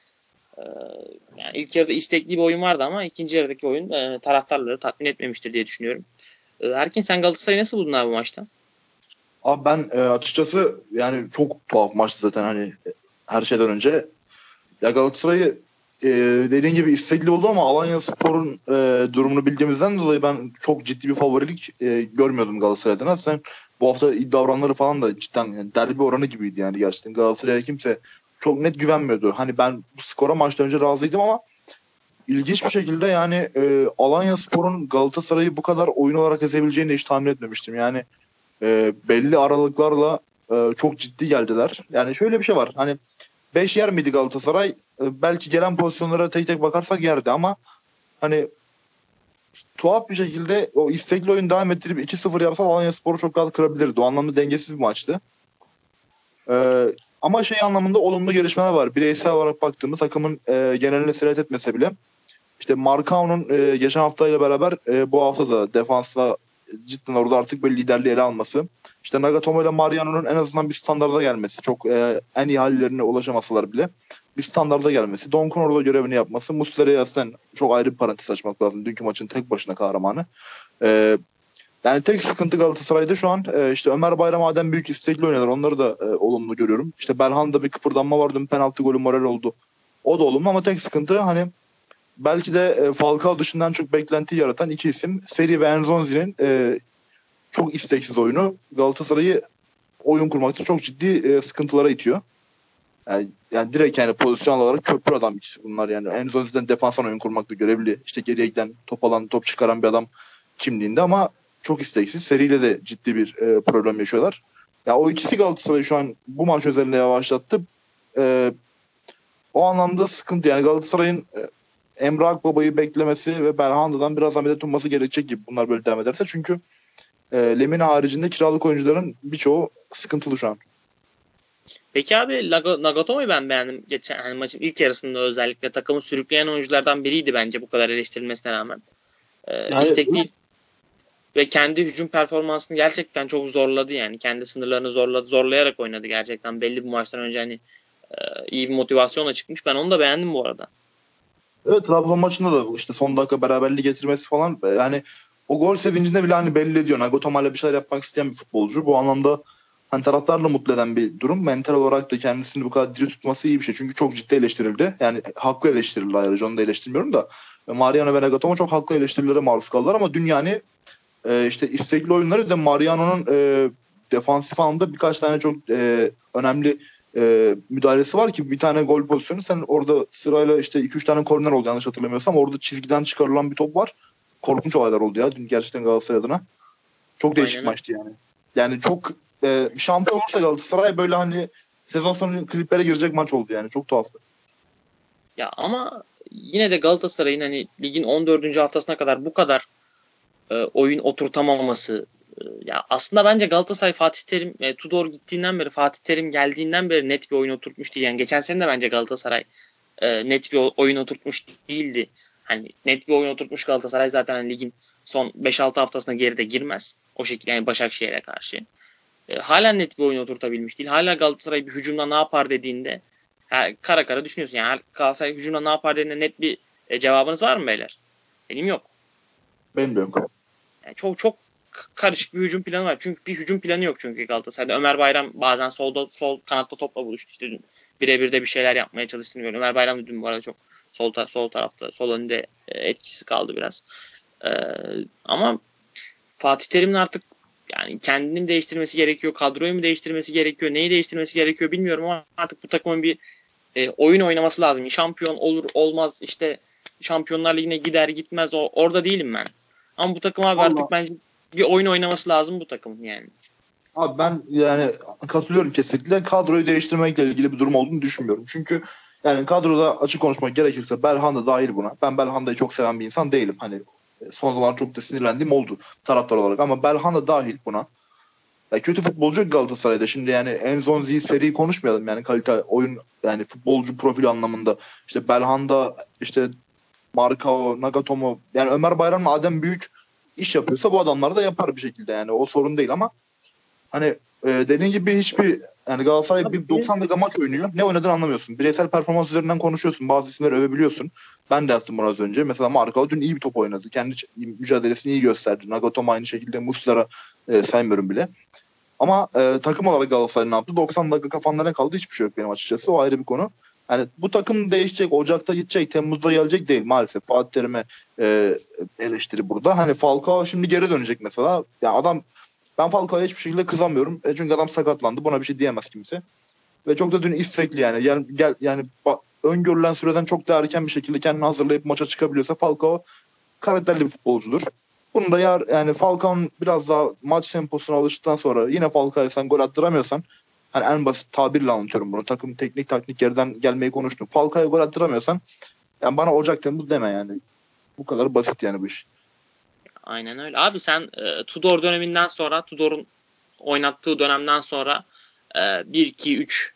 Yani ilk yarıda istekli bir oyun vardı ama ikinci yarıdaki oyun taraftarları tatmin etmemiştir diye düşünüyorum. Erkin, sen Galatasaray'ı nasıl buldun abi bu maçta? Abi ben açıkçası yani çok tuhaf maçtı zaten hani her şeyden önce. Ya Galatasaray'ı dediğin gibi istekli oldu ama Alanyaspor'un durumunu bildiğimizden dolayı ben çok ciddi bir favorilik görmüyordum Galatasaray'dan. Sen bu hafta iddia oranları falan da cidden yani derbi oranı gibiydi yani gerçekten. Galatasaray'a kimse çok net güvenmiyordu. Hani ben bu skora maçtan önce razıydım ama ilginç bir şekilde yani Alanyaspor'un Galatasaray'ı bu kadar oyun olarak ezebileceğini hiç tahmin etmemiştim. Yani belli aralıklarla çok ciddi geldiler. Yani şöyle bir şey var. Hani 5 yer miydi Galatasaray? Belki gelen pozisyonlara tek tek bakarsak yerdi ama hani tuhaf bir şekilde o istekli oyun devam ettirip 2-0 yapsa Alanyaspor'u çok rahat kırabilirdi. O anlamda dengesiz bir maçtı. Ama şey anlamında olumlu gelişmeler var. Bireysel olarak baktığımda takımın geneline sirayet etmese bile İşte Marcao'nun geçen haftayla beraber bu hafta da defansta cidden orada artık böyle liderliği ele alması. İşte Nagatomo ile Mariano'nun en azından bir standarda gelmesi. Çok en iyi hallerine ulaşamasalar bile bir standarda gelmesi. Donk'un orada görevini yapması. Muslera'ya aslında çok ayrı bir parantez açmak lazım. Dünkü maçın tek başına kahramanı. Yani tek sıkıntı Galatasaray'da şu an işte Ömer Bayram, Adem Büyük istekli oynuyorlar. Onları da olumlu görüyorum. İşte Belhanda'da bir kıpırdanma vardı. Penaltı golü moral oldu. O da olumlu ama tek sıkıntı hani belki de Falcao dışından çok beklenti yaratan iki isim. Seri ve Enzonzi'nin çok isteksiz oyunu Galatasaray'ı oyun kurmakta çok ciddi sıkıntılara itiyor. Yani direkt yani pozisyon olarak köprü adam ikisi bunlar yani. Enzonzi'den defansan oyun kurmakta görevli. İşte geriye giden top alan, top çıkaran bir adam kimliğinde ama çok isteksiz. Seriyle de ciddi bir problem yaşıyorlar. Ya o ikisi Galatasaray'ı şu an bu maç özelinde yavaşlattı. O anlamda sıkıntı yani Galatasaray'ın Emre Akbaba'yı beklemesi ve Belhanda'dan biraz ameliyat umması gerekecek gibi bunlar böyle devam ederse. Çünkü Lemina haricinde kiralık oyuncuların birçoğu sıkıntılı şu an. Peki abi, Nagatomo'yu ben beğendim. Geçen hani maçın ilk yarısında özellikle takımı sürükleyen oyunculardan biriydi bence bu kadar eleştirilmesine rağmen. Yani İstekli ve kendi hücum performansını gerçekten çok zorladı yani. Kendi sınırlarını zorlayarak oynadı gerçekten. Belli bir maçtan önce hani iyi bir motivasyonla çıkmış. Ben onu da beğendim bu arada. Evet, Trabzon maçında da işte son dakika beraberliği getirmesi falan yani o gol sevincinde bile hani belli ediyor. Nagatomo'yla bir şeyler yapmak isteyen bir futbolcu. Bu anlamda hani taraftarla mutlu eden bir durum. Mental olarak da kendisini bu kadar diri tutması iyi bir şey. Çünkü çok ciddi eleştirildi. Yani haklı eleştirildi ayrıca, onu da eleştirmiyorum da. Mariano ve Nagatomo çok haklı eleştirilere maruz kaldılar ama dün yani işte istekli oyunları da Mariano'nun defansif anlamda birkaç tane çok önemli müdahalesi var ki bir tane gol pozisyonu sen orada sırayla işte 2-3 tane korner oldu yanlış hatırlamıyorsam, orada çizgiden çıkarılan bir top var. Korkunç olaylar oldu ya dün gerçekten Galatasaray adına. Çok değişik Aynen öyle. maçtı yani. Yani çok şampiyon olursa Galatasaray böyle hani sezon sonu kliplere girecek maç oldu yani. Çok tuhaftı. Ya ama yine de Galatasaray'ın hani ligin 14. haftasına kadar bu kadar oyun oturtamaması, ya aslında bence Galatasaray Fatih Terim Tudor gittiğinden beri, Fatih Terim geldiğinden beri net bir oyun oturtmuş değil. Yani geçen sene de bence Galatasaray net bir oyun oturtmuş değildi. Hani net bir oyun oturtmuş Galatasaray zaten hani ligin son 5-6 haftasına geride girmez. O şekilde yani Başakşehir'e karşı. Hala net bir oyun oturtabilmiş değil. Hala Galatasaray bir hücumda ne yapar dediğinde kara kara düşünüyorsun. Yani Galatasaray hücumda ne yapar dediğinde net bir cevabınız var mı beyler? Benim yok. Benim de yok. Yani çok çok karışık bir hücum planı var. Çünkü bir hücum planı yok çünkü Galatasaray'da. Ömer Bayram bazen sol kanatta topla buluştu. İşte birebir de bir şeyler yapmaya çalıştığını görüyorum. Ömer Bayram da dün bu arada çok sol tarafta, sol önde etkisi kaldı biraz. E, ama Fatih Terim'in artık yani kendini değiştirmesi gerekiyor. Kadroyu mu değiştirmesi gerekiyor? Neyi değiştirmesi gerekiyor bilmiyorum ama artık bu takımın bir oyun oynaması lazım. Şampiyon olur olmaz işte Şampiyonlar Ligi'ne gider gitmez orada değilim ben. Ama bu takım abi Vallahi artık bence bir oyun oynaması lazım bu takım yani. abi ben yani katılıyorum kesinlikle. Kadroyu değiştirmekle ilgili bir durum olduğunu düşünmüyorum. Çünkü yani kadroda açık konuşmak gerekirse Belhanda da dahil buna. Ben Belhanda'yı çok seven bir insan değilim. Hani son zamanlar çok da sinirlendiğim oldu taraftar olarak. Ama Belhanda dahil buna. Ya kötü futbolcu Galatasaray'da. Şimdi yani Enzonzi seriyi konuşmayalım yani kalite oyun yani futbolcu profili anlamında. İşte Belhanda, işte Marcao, Nagatomo, yani Ömer Bayram, Adem Büyük iş yapıyorsa bu adamlar da yapar bir şekilde yani o sorun değil ama hani dediğin gibi hiçbir yani Galatasaray Abi bir benim 90 dakika maç oynuyor. Ne oynadığını anlamıyorsun. Bireysel performans üzerinden konuşuyorsun. Bazı isimleri övebiliyorsun. Ben de yaptım bunu az önce. Mesela Marcao dün iyi bir top oynadı. Kendi mücadelesini iyi gösterdi. Nagatomo aynı şekilde. Muslera saymıyorum bile. Ama takım olarak Galatasaray ne yaptı? 90 dakika kafanda ne kaldı? Hiçbir şey yok benim açıkçası. O ayrı bir konu. Yani bu takım değişecek. Ocak'ta gidecek. Temmuz'da gelecek değil maalesef. Fatih Terim'e eleştiri burada. Hani Falcao şimdi geri dönecek mesela. Ya adam, ben Falcao'ya hiçbir şekilde kızamıyorum. Çünkü adam sakatlandı. Buna bir şey diyemez kimse. Ve çok da dün istekli yani. Yani öngörülen süreden çok daha erken bir şekilde kendini hazırlayıp maça çıkabiliyorsa Falcao karakterli bir futbolcudur. Bunu da yani Falcao'nun biraz daha maç temposuna alıştıktan sonra yine Falcao'ya sen gol attıramıyorsan, hani en basit tabirle anlatıyorum bunu. Takım teknik yerden gelmeyi konuştum. Falcao'ya gol attıramıyorsan yani bana Ocak Temmuz deme yani. Bu kadar basit yani bu iş. aynen öyle. Abi sen Tudor döneminden sonra Tudor'un oynattığı dönemden sonra 1 2 3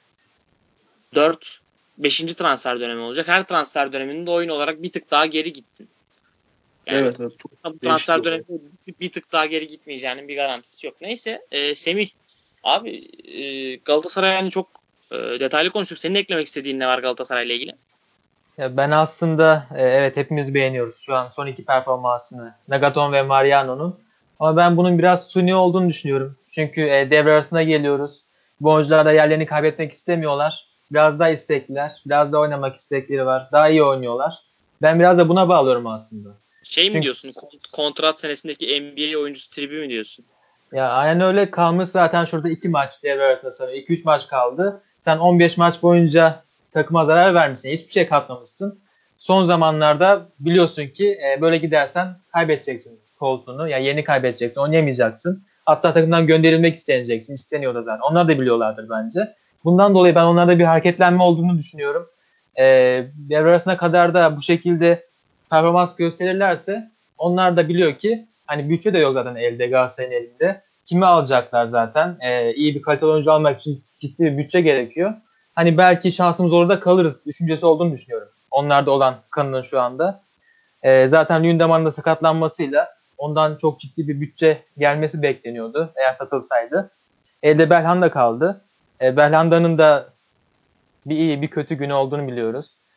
4 5. transfer dönemi olacak. Her transfer döneminde oyun olarak bir tık daha geri gittin. Yani Evet, evet, çok bu değişik bir transfer olay. döneminde bir tık daha geri gitmeyeceğinin bir garantisi yok. Neyse Semih abi Galatasaray yani çok detaylı konuştuk. Senin eklemek istediğin ne var Galatasaray ile ilgili? Ya ben aslında evet hepimiz beğeniyoruz şu an son iki performansını Nagatomo ve Mariano'nun. Ama ben bunun biraz suni olduğunu düşünüyorum. Çünkü devre arasına geliyoruz. Bu oyuncular da yerlerini kaybetmek istemiyorlar. Biraz daha istekliler. Biraz daha oynamak istekleri var. Daha iyi oynuyorlar. Ben biraz da buna bağlıyorum aslında. Şey mi Çünkü diyorsun? Kontrat senesindeki NBA oyuncusu tribi mi diyorsun? ya aynen öyle kalmış zaten şurada iki maç devre arasında sanırım. 2-3 maç kaldı. Sen 15 maç boyunca takıma zarar vermişsin. Hiçbir şey katmamışsın. Son zamanlarda biliyorsun ki böyle gidersen kaybedeceksin koltuğunu. Yani yeni kaybedeceksin. Oynayamayacaksın. Hatta takımdan gönderilmek isteneceksin. İsteniyor da zaten. Onlar da biliyorlardır bence. Bundan dolayı ben onlarda bir hareketlenme olduğunu düşünüyorum. Devre arasına kadar da bu şekilde performans gösterirlerse onlar da biliyor ki hani bütçe de yok zaten elde Galatasaray'ın elinde. Kimi alacaklar zaten? İyi bir kaliteli oyuncu almak için ciddi bir bütçe gerekiyor. Hani belki şansımız orada kalırız düşüncesi olduğunu düşünüyorum. Onlarda olan kanının şu anda. Zaten Lündeman'ın da sakatlanmasıyla ondan çok ciddi bir bütçe gelmesi bekleniyordu eğer satılsaydı. Elde Belhanda kaldı. Belhanda'nın da bir iyi bir kötü günü olduğunu biliyoruz.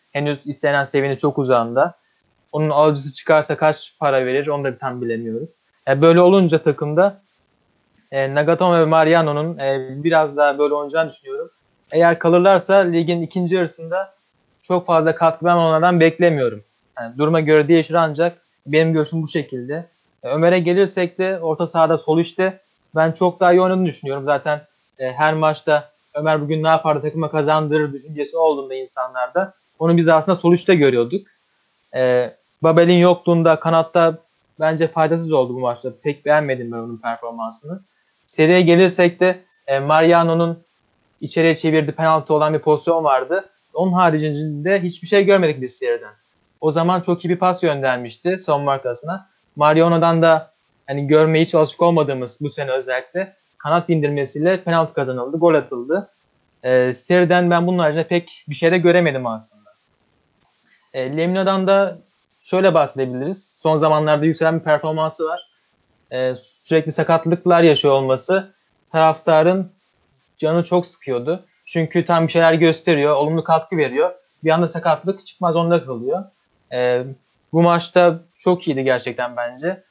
Henüz istenen seviyenin çok uzağında. Onun alıcısı çıkarsa kaç para verir onu da tam bilemiyoruz. Böyle olunca takımda Nagatomo ve Mariano'nun biraz daha böyle oynayacağını düşünüyorum. Eğer kalırlarsa ligin ikinci yarısında çok fazla katkı ben onlardan beklemiyorum. Yani duruma göre değişir ancak benim görüşüm bu şekilde. Ömer'e gelirsek de orta sahada sol işte ben çok daha iyi oynadığını düşünüyorum. Zaten her maçta Ömer bugün ne yapardı takıma kazandırır düşüncesi olduğunda insanlarda. Onu biz aslında sol işte görüyorduk. Babel'in yokluğunda kanatta bence faydasız oldu bu maçta. Pek beğenmedim ben onun performansını. Seriye gelirsek de Mariano'nun içeriye çevirdiği penaltı olan bir pozisyon vardı. Onun haricinde hiçbir şey görmedik biz seriden. O zaman çok iyi bir pas göndermişti son markasına. Mariano'dan da hani görmeye hiç alışık olmadığımız bu sene özellikle kanat bindirmesiyle penaltı kazanıldı, gol atıldı. Seriden ben bunun haricinde pek bir şey de göremedim aslında. Lemina'dan da şöyle bahsedebiliriz. Son zamanlarda yükselen bir performansı var. Sürekli sakatlıklar yaşıyor olması taraftarın canı çok sıkıyordu. Çünkü tam bir şeyler gösteriyor, olumlu katkı veriyor. Bir anda sakatlık çıkmaz zorunda kalıyor. Bu maçta çok iyiydi gerçekten bence.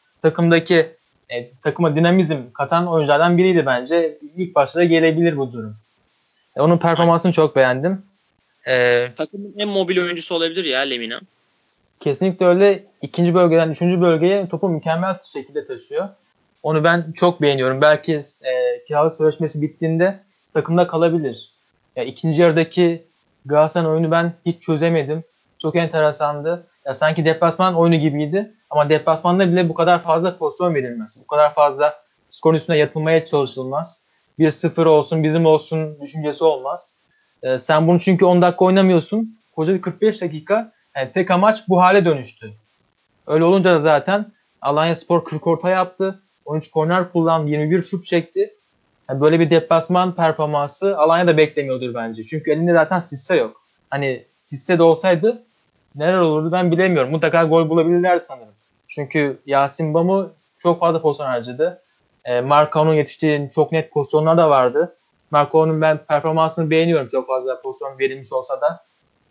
Takıma dinamizm katan oyunculardan biriydi bence. İlk başta gelebilir bu durum. Onun performansını çok beğendim. Takımın en mobil oyuncusu olabilir ya Lemina. Kesinlikle öyle. İkinci bölgeden üçüncü bölgeye topu mükemmel şekilde taşıyor. Onu ben çok beğeniyorum. Belki kiralık sözleşmesi bittiğinde takımda kalabilir. Ya ikinci yarıdaki Galatasaray oyunu ben hiç çözemedim. Çok enteresandı. Ya sanki deplasman oyunu gibiydi. Ama deplasmanda bile bu kadar fazla pozisyon verilmez. Bu kadar fazla skorun üstüne yatılmaya çalışılmaz. 1-0 olsun bizim olsun düşüncesi olmaz. Sen bunu çünkü 10 dakika oynamıyorsun. Koca bir 45 dakika yani tek amaç bu hale dönüştü. Öyle olunca da zaten Alanyaspor 40 orta yaptı. 13 korner kullandı. 21 şut çekti. Yani böyle bir deplasman performansı Alanya da beklemiyordur bence. Çünkü elinde zaten Sisse yok. Hani Sisse de olsaydı neler olurdu ben bilemiyorum. Mutlaka gol bulabilirler sanırım. Çünkü Yasin Bamu çok fazla pozisyon harcadı. Marcao'nun yetiştiği çok net pozisyonlar da vardı. Marcao'nun ben performansını beğeniyorum çok fazla pozisyon verilmiş olsa da.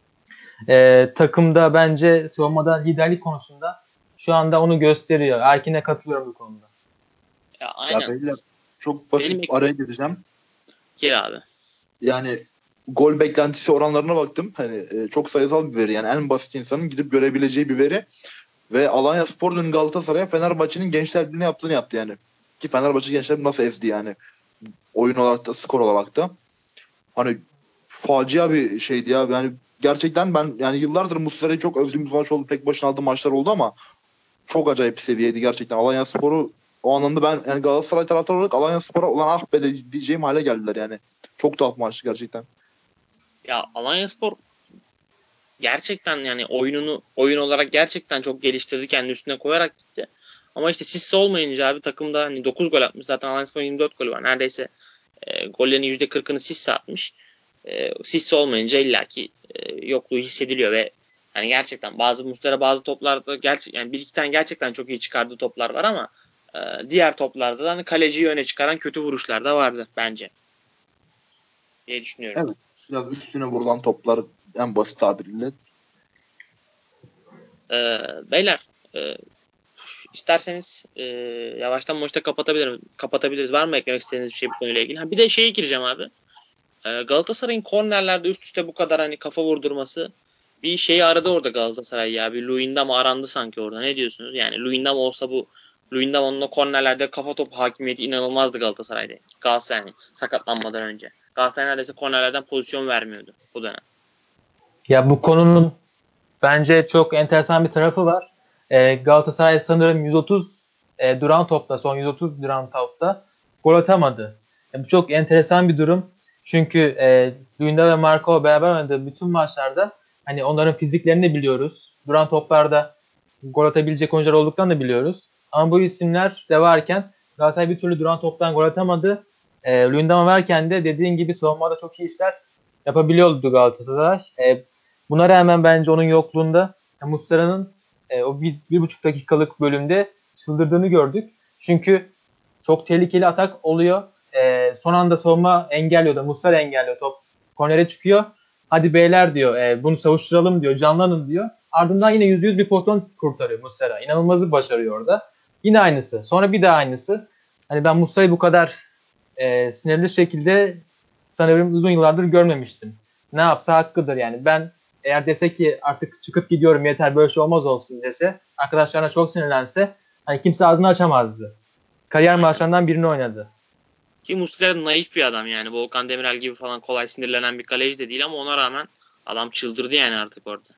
Takımda bence savunmada liderlik konusunda şu anda onu gösteriyor. Erkin'e katılıyorum bu konuda. Ya Ya aynen. beyler çok basit araya gireceğim. Gir abi. Yani gol beklentisi oranlarına baktım. Hani çok sayısal bir veri. Yani en basit insanın gidip görebileceği bir veri. Ve Alanyaspor dün Galatasaray'a Fenerbahçe'nin Gençler Birliği'ne yaptığını yaptı yani. Ki Fenerbahçe Gençler Birliği nasıl ezdi yani. Oyun olarak da skor olarak da. Hani facia bir şeydi ya. Yani gerçekten ben yani yıllardır Muslera'yı çok övdüğümüz maç oldu. Tek başına aldığı maçlar oldu ama çok acayip bir seviyeydi gerçekten. Alanyaspor'u o anlamda ben yani Galatasaray taraftarı olarak Alanyaspor'a olan ah be de diyeceğim hale geldiler yani. Çok tuhaf maçtı gerçekten. Ya Alanyaspor gerçekten yani oyun olarak gerçekten çok geliştirdi. Kendi üstüne koyarak gitti. Ama işte Sisse olmayınca abi takımda hani 9 gol atmış. Zaten Alanyaspor'un 24 golü var. Neredeyse gollerin %40'ını Sisse atmış. Sisse olmayınca illaki yokluğu hissediliyor ve yani gerçekten bazı toplarda yani bir iki tane gerçekten çok iyi çıkardığı toplar var ama diğer toplarda da hani kaleciyi öne çıkaran kötü vuruşlar da vardı bence diye düşünüyorum. Evet. Biraz üstüne vurulan toplar en basit tabiriyle. Beyler isterseniz yavaştan maçta kapatabiliriz. Var mı eklemek istediğiniz bir şey bu konuyla ilgili? Bir de şeye gireceğim abi. Galatasaray'ın kornerlerde üst üste bu kadar hani kafa vurdurması bir şeyi aradı orada Galatasaray ya. Bir Luyendam arandı sanki orada. Ne diyorsunuz? Yani Luyendam'ın o kornerlerde kafa topu hakimiyeti inanılmazdı Galatasaray'da. Galatasaray yani sakatlanmadan önce. Galatasaray neredeyse kornerlerden pozisyon vermiyordu bu dönem. Ya bu konunun bence çok enteresan bir tarafı var. Galatasaray sanırım 130 duran topta, son 130 duran topta gol atamadı. Bu çok enteresan bir durum. Çünkü Luyendam ve Marco beraber oynadığı bütün maçlarda hani onların fiziklerini biliyoruz. Duran toplarda gol atabilecek oyuncular olduklarını da biliyoruz. Ama bu isimler de varken Galatasaray bir türlü duran toptan gol atamadı. Luyendam'a varken de dediğin gibi savunmada çok iyi işler yapabiliyordu Galatasaray. Buna rağmen bence onun yokluğunda Muslera'nın o bir buçuk dakikalık bölümde çıldırdığını gördük. Çünkü çok tehlikeli atak oluyor. Son anda savunma engelliyor da Muslera engelliyor. Top kornere çıkıyor. Hadi beyler diyor, bunu savuşturalım diyor, canlanın diyor. Ardından yine %100 bir pozisyon kurtarıyor Muslera. İnanılmazı başarıyor orada. Yine aynısı. Sonra bir daha aynısı. Hani ben Muslera'yı bu kadar sinirli şekilde sanırım uzun yıllardır görmemiştim. Ne yapsa hakkıdır yani. Ben eğer dese ki artık çıkıp gidiyorum yeter böyle şey olmaz olsun dese, arkadaşlarına çok sinirlense hani kimse ağzını açamazdı. Kariyer maçlarından birini oynadı. Ki Muslera naif bir adam yani. Volkan Demirel gibi falan kolay sinirlenen bir kaleci de değil ama ona rağmen adam çıldırdı yani artık orada.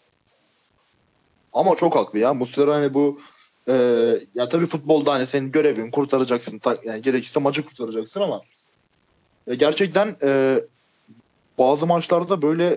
Ama çok haklı ya. Muslera hani bu ya tabii futbolda hani senin görevin kurtaracaksın. Yani gerekirse maçı kurtaracaksın ama gerçekten bazı maçlarda böyle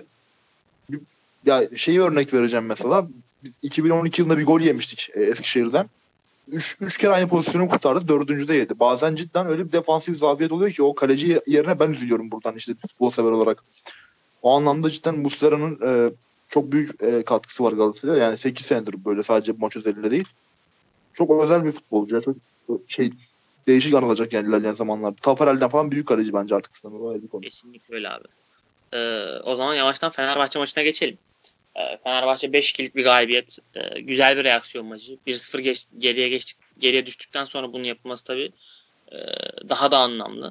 ya şeyi örnek vereceğim mesela. 2012 yılında bir gol yemiştik Eskişehir'den. Üç kere aynı pozisyonu kurtardı. Dördüncüde yedi. Bazen cidden öyle bir defansif zafiyet oluyor ki o kaleci yerine ben üzülüyorum buradan işte futbol sever olarak. O anlamda cidden Muslera'nın çok büyük katkısı var Galatasaray'a. Yani 8 senedir böyle sadece maç özelinde değil. Çok özel bir futbolcu. Çok şey değişik anılacak yani ilerleyen zamanlarda. Tafarel'den falan büyük kaleci bence artık sanırım. O ayrı bir konu. Kesinlikle öyle abi. O zaman yavaştan Fenerbahçe maçına geçelim. Fenerbahçe 5-2'lik bir galibiyet. Güzel bir reaksiyon maçı. 1-0 geriye düştükten sonra bunun yapılması tabii daha da anlamlı.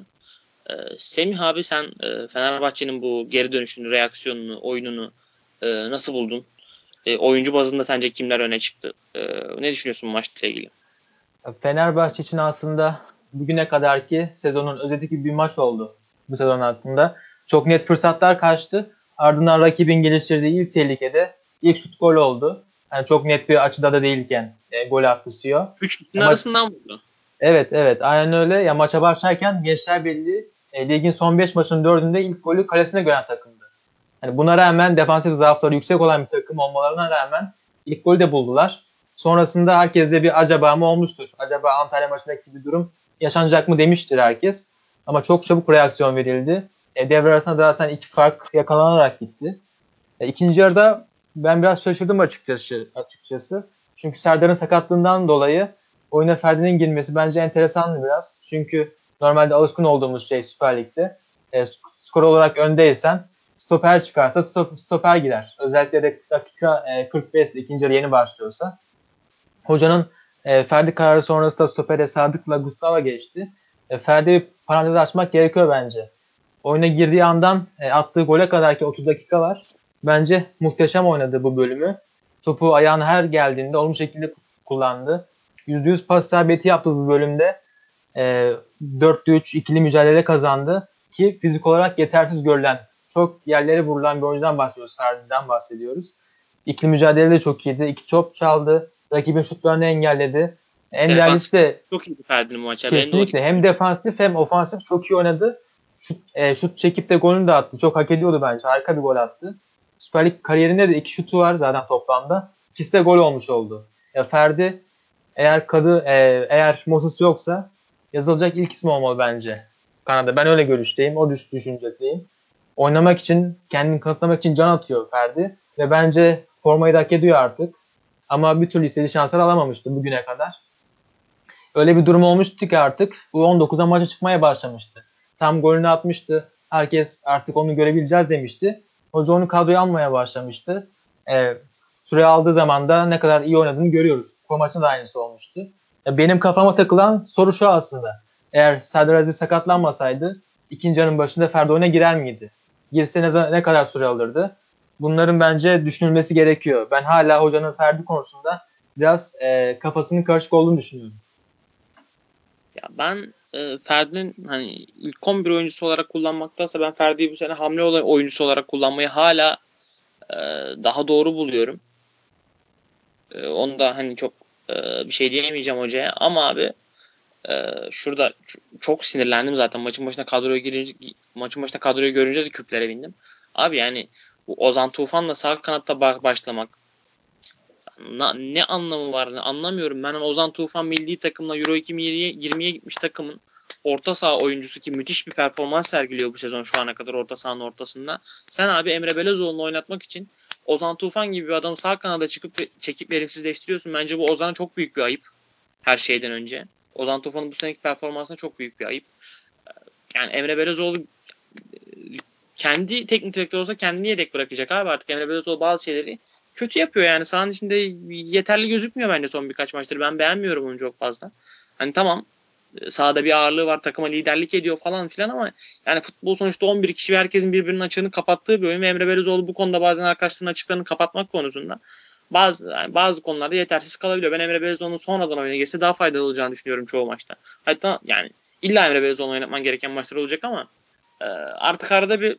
Semih abi sen Fenerbahçe'nin bu geri dönüşünü, reaksiyonunu, oyununu nasıl buldun? Oyuncu bazında sence kimler öne çıktı? Ne düşünüyorsun maçla ilgili? Fenerbahçe için aslında bugüne kadarki sezonun özeti gibi bir maç oldu bu sezon hakkında. Çok net fırsatlar kaçtı. Ardından rakibin geliştirdiği ilk tehlikede ilk şut gol oldu. Yani çok net bir açıda da değilken gol attı Sio. Üç kişinin Ama arasından vurdu. evet aynen öyle. Ya maça başlarken Gençler Birliği ligin son 5 maçının 4'ünde ilk golü kalesine gören takımdı. Yani buna rağmen defansif zaafları yüksek olan bir takım olmalarına rağmen ilk golü de buldular. Sonrasında herkeste bir acaba mı olmuştur? Acaba Antalya maçındaki bir durum yaşanacak mı demiştir herkes. Ama çok çabuk reaksiyon verildi. Devre arasında zaten iki fark yakalanarak gitti. İkinci yarıda ben biraz şaşırdım açıkçası. Çünkü Serdar'ın sakatlığından dolayı oyuna Ferdi'nin girmesi bence enteresandı biraz. Çünkü normalde alışkın olduğumuz şey Süper Lig'de. Skor olarak öndeysen stoper çıkarsa stoper girer. Özellikle de dakika 45'te ikinci yarı yeni başlıyorsa. Hocanın Ferdi kararı sonrasında stopere Sadık'la Gustavo geçti. Ferdi parantez açmak gerekiyor bence. Oyuna girdiği andan attığı gole kadar ki 30 dakika var. Bence muhteşem oynadı bu bölümü. Topu ayağına her geldiğinde olumlu şekilde kullandı. %100 pas isabeti yaptı bu bölümde. 4'te 3 ikili mücadele kazandı. Ki fizik olarak yetersiz görülen, çok yerlere vurulan bir oyuncudan bahsediyoruz. Ferdi'den bahsediyoruz. İkili mücadele de çok iyiydi. İki top çaldı. Rakibin şutlarını engelledi. En Defans değerlisi de çok iyi Ferdi'nin bu maça. Benim de o kesinlikle hem defansif hem ofansif çok iyi oynadı. Şut çekip de golünü de attı. Çok hak ediyordu bence. Harika bir gol attı. Süper Lig kariyerinde de 2 şutu var zaten toplamda. İkisi de gol olmuş oldu. Ya Ferdi eğer Moses yoksa yazılacak ilk isim olmalı bence. Kanada. Ben öyle görüşteyim. O düşüncedeyim. Oynamak için, kendini kanıtlamak için can atıyor Ferdi. Ve bence formayı da hak ediyor artık. Ama bir türlü istediği şansları alamamıştı bugüne kadar. Öyle bir durum olmuştu ki artık U19'a maça çıkmaya başlamıştı. Tam golünü atmıştı. Herkes artık onu görebileceğiz demişti. Hoca onu kadroya almaya başlamıştı. Süre aldığı zaman da ne kadar iyi oynadığını görüyoruz. Bu maçın da aynısı olmuştu. Benim kafama takılan soru şu aslında. Eğer Serdar Aziz sakatlanmasaydı ikinci yarının başında Ferdi oyuna girer miydi? Girse ne kadar süre alırdı? Bunların bence düşünülmesi gerekiyor. Ben hala hocanın Ferdi konusunda biraz kafasının karışık olduğunu düşünüyorum. Ya ben Ferdi'nin hani ilk 11 oyuncusu olarak kullanmaktansa ben Ferdi'yi bu sene hamle oyuncusu olarak kullanmayı hala daha doğru buluyorum. Onu da hani çok bir şey diyemeyeceğim hocaya ama abi şurada çok sinirlendim zaten maçın başına kadroya görünce de küplere bindim. Abi yani bu Ozan Tufan'la sağ kanatta başlamak ne anlamı var anlamıyorum. Ben Ozan Tufan milli takımla Euro 2020'ye gitmiş takımın orta saha oyuncusu ki müthiş bir performans sergiliyor bu sezon şu ana kadar orta sahanın ortasında. Sen abi Emre Belözoğlu'nu oynatmak için Ozan Tufan gibi bir adamı sağ kanada çekip verimsizleştiriyorsun. Bence bu Ozan'a çok büyük bir ayıp her şeyden önce. Ozan Tufan'ın bu seneki performansına çok büyük bir ayıp. Yani Emre Belözoğlu kendi teknik direktör olsa kendini yedek bırakacak abi artık. Emre Belözoğlu bazı şeyleri kötü yapıyor yani. Sahanın içinde yeterli gözükmüyor bence son birkaç maçtır. Ben beğenmiyorum onu çok fazla. Hani tamam sahada bir ağırlığı var, takıma liderlik ediyor falan filan ama yani futbol sonuçta 11 kişi ve herkesin birbirinin açığını kapattığı bir oyun ve Emre Belözoğlu bu konuda bazen arkadaşlarının açıklarını kapatmak konusunda bazı konularda yetersiz kalabiliyor. Ben Emre Belözoğlu'nun sonradan oyuna girse daha faydalı olacağını düşünüyorum çoğu maçta. Hatta yani illa Emre Belözoğlu'nu oynatman gereken maçlar olacak ama artık arada bir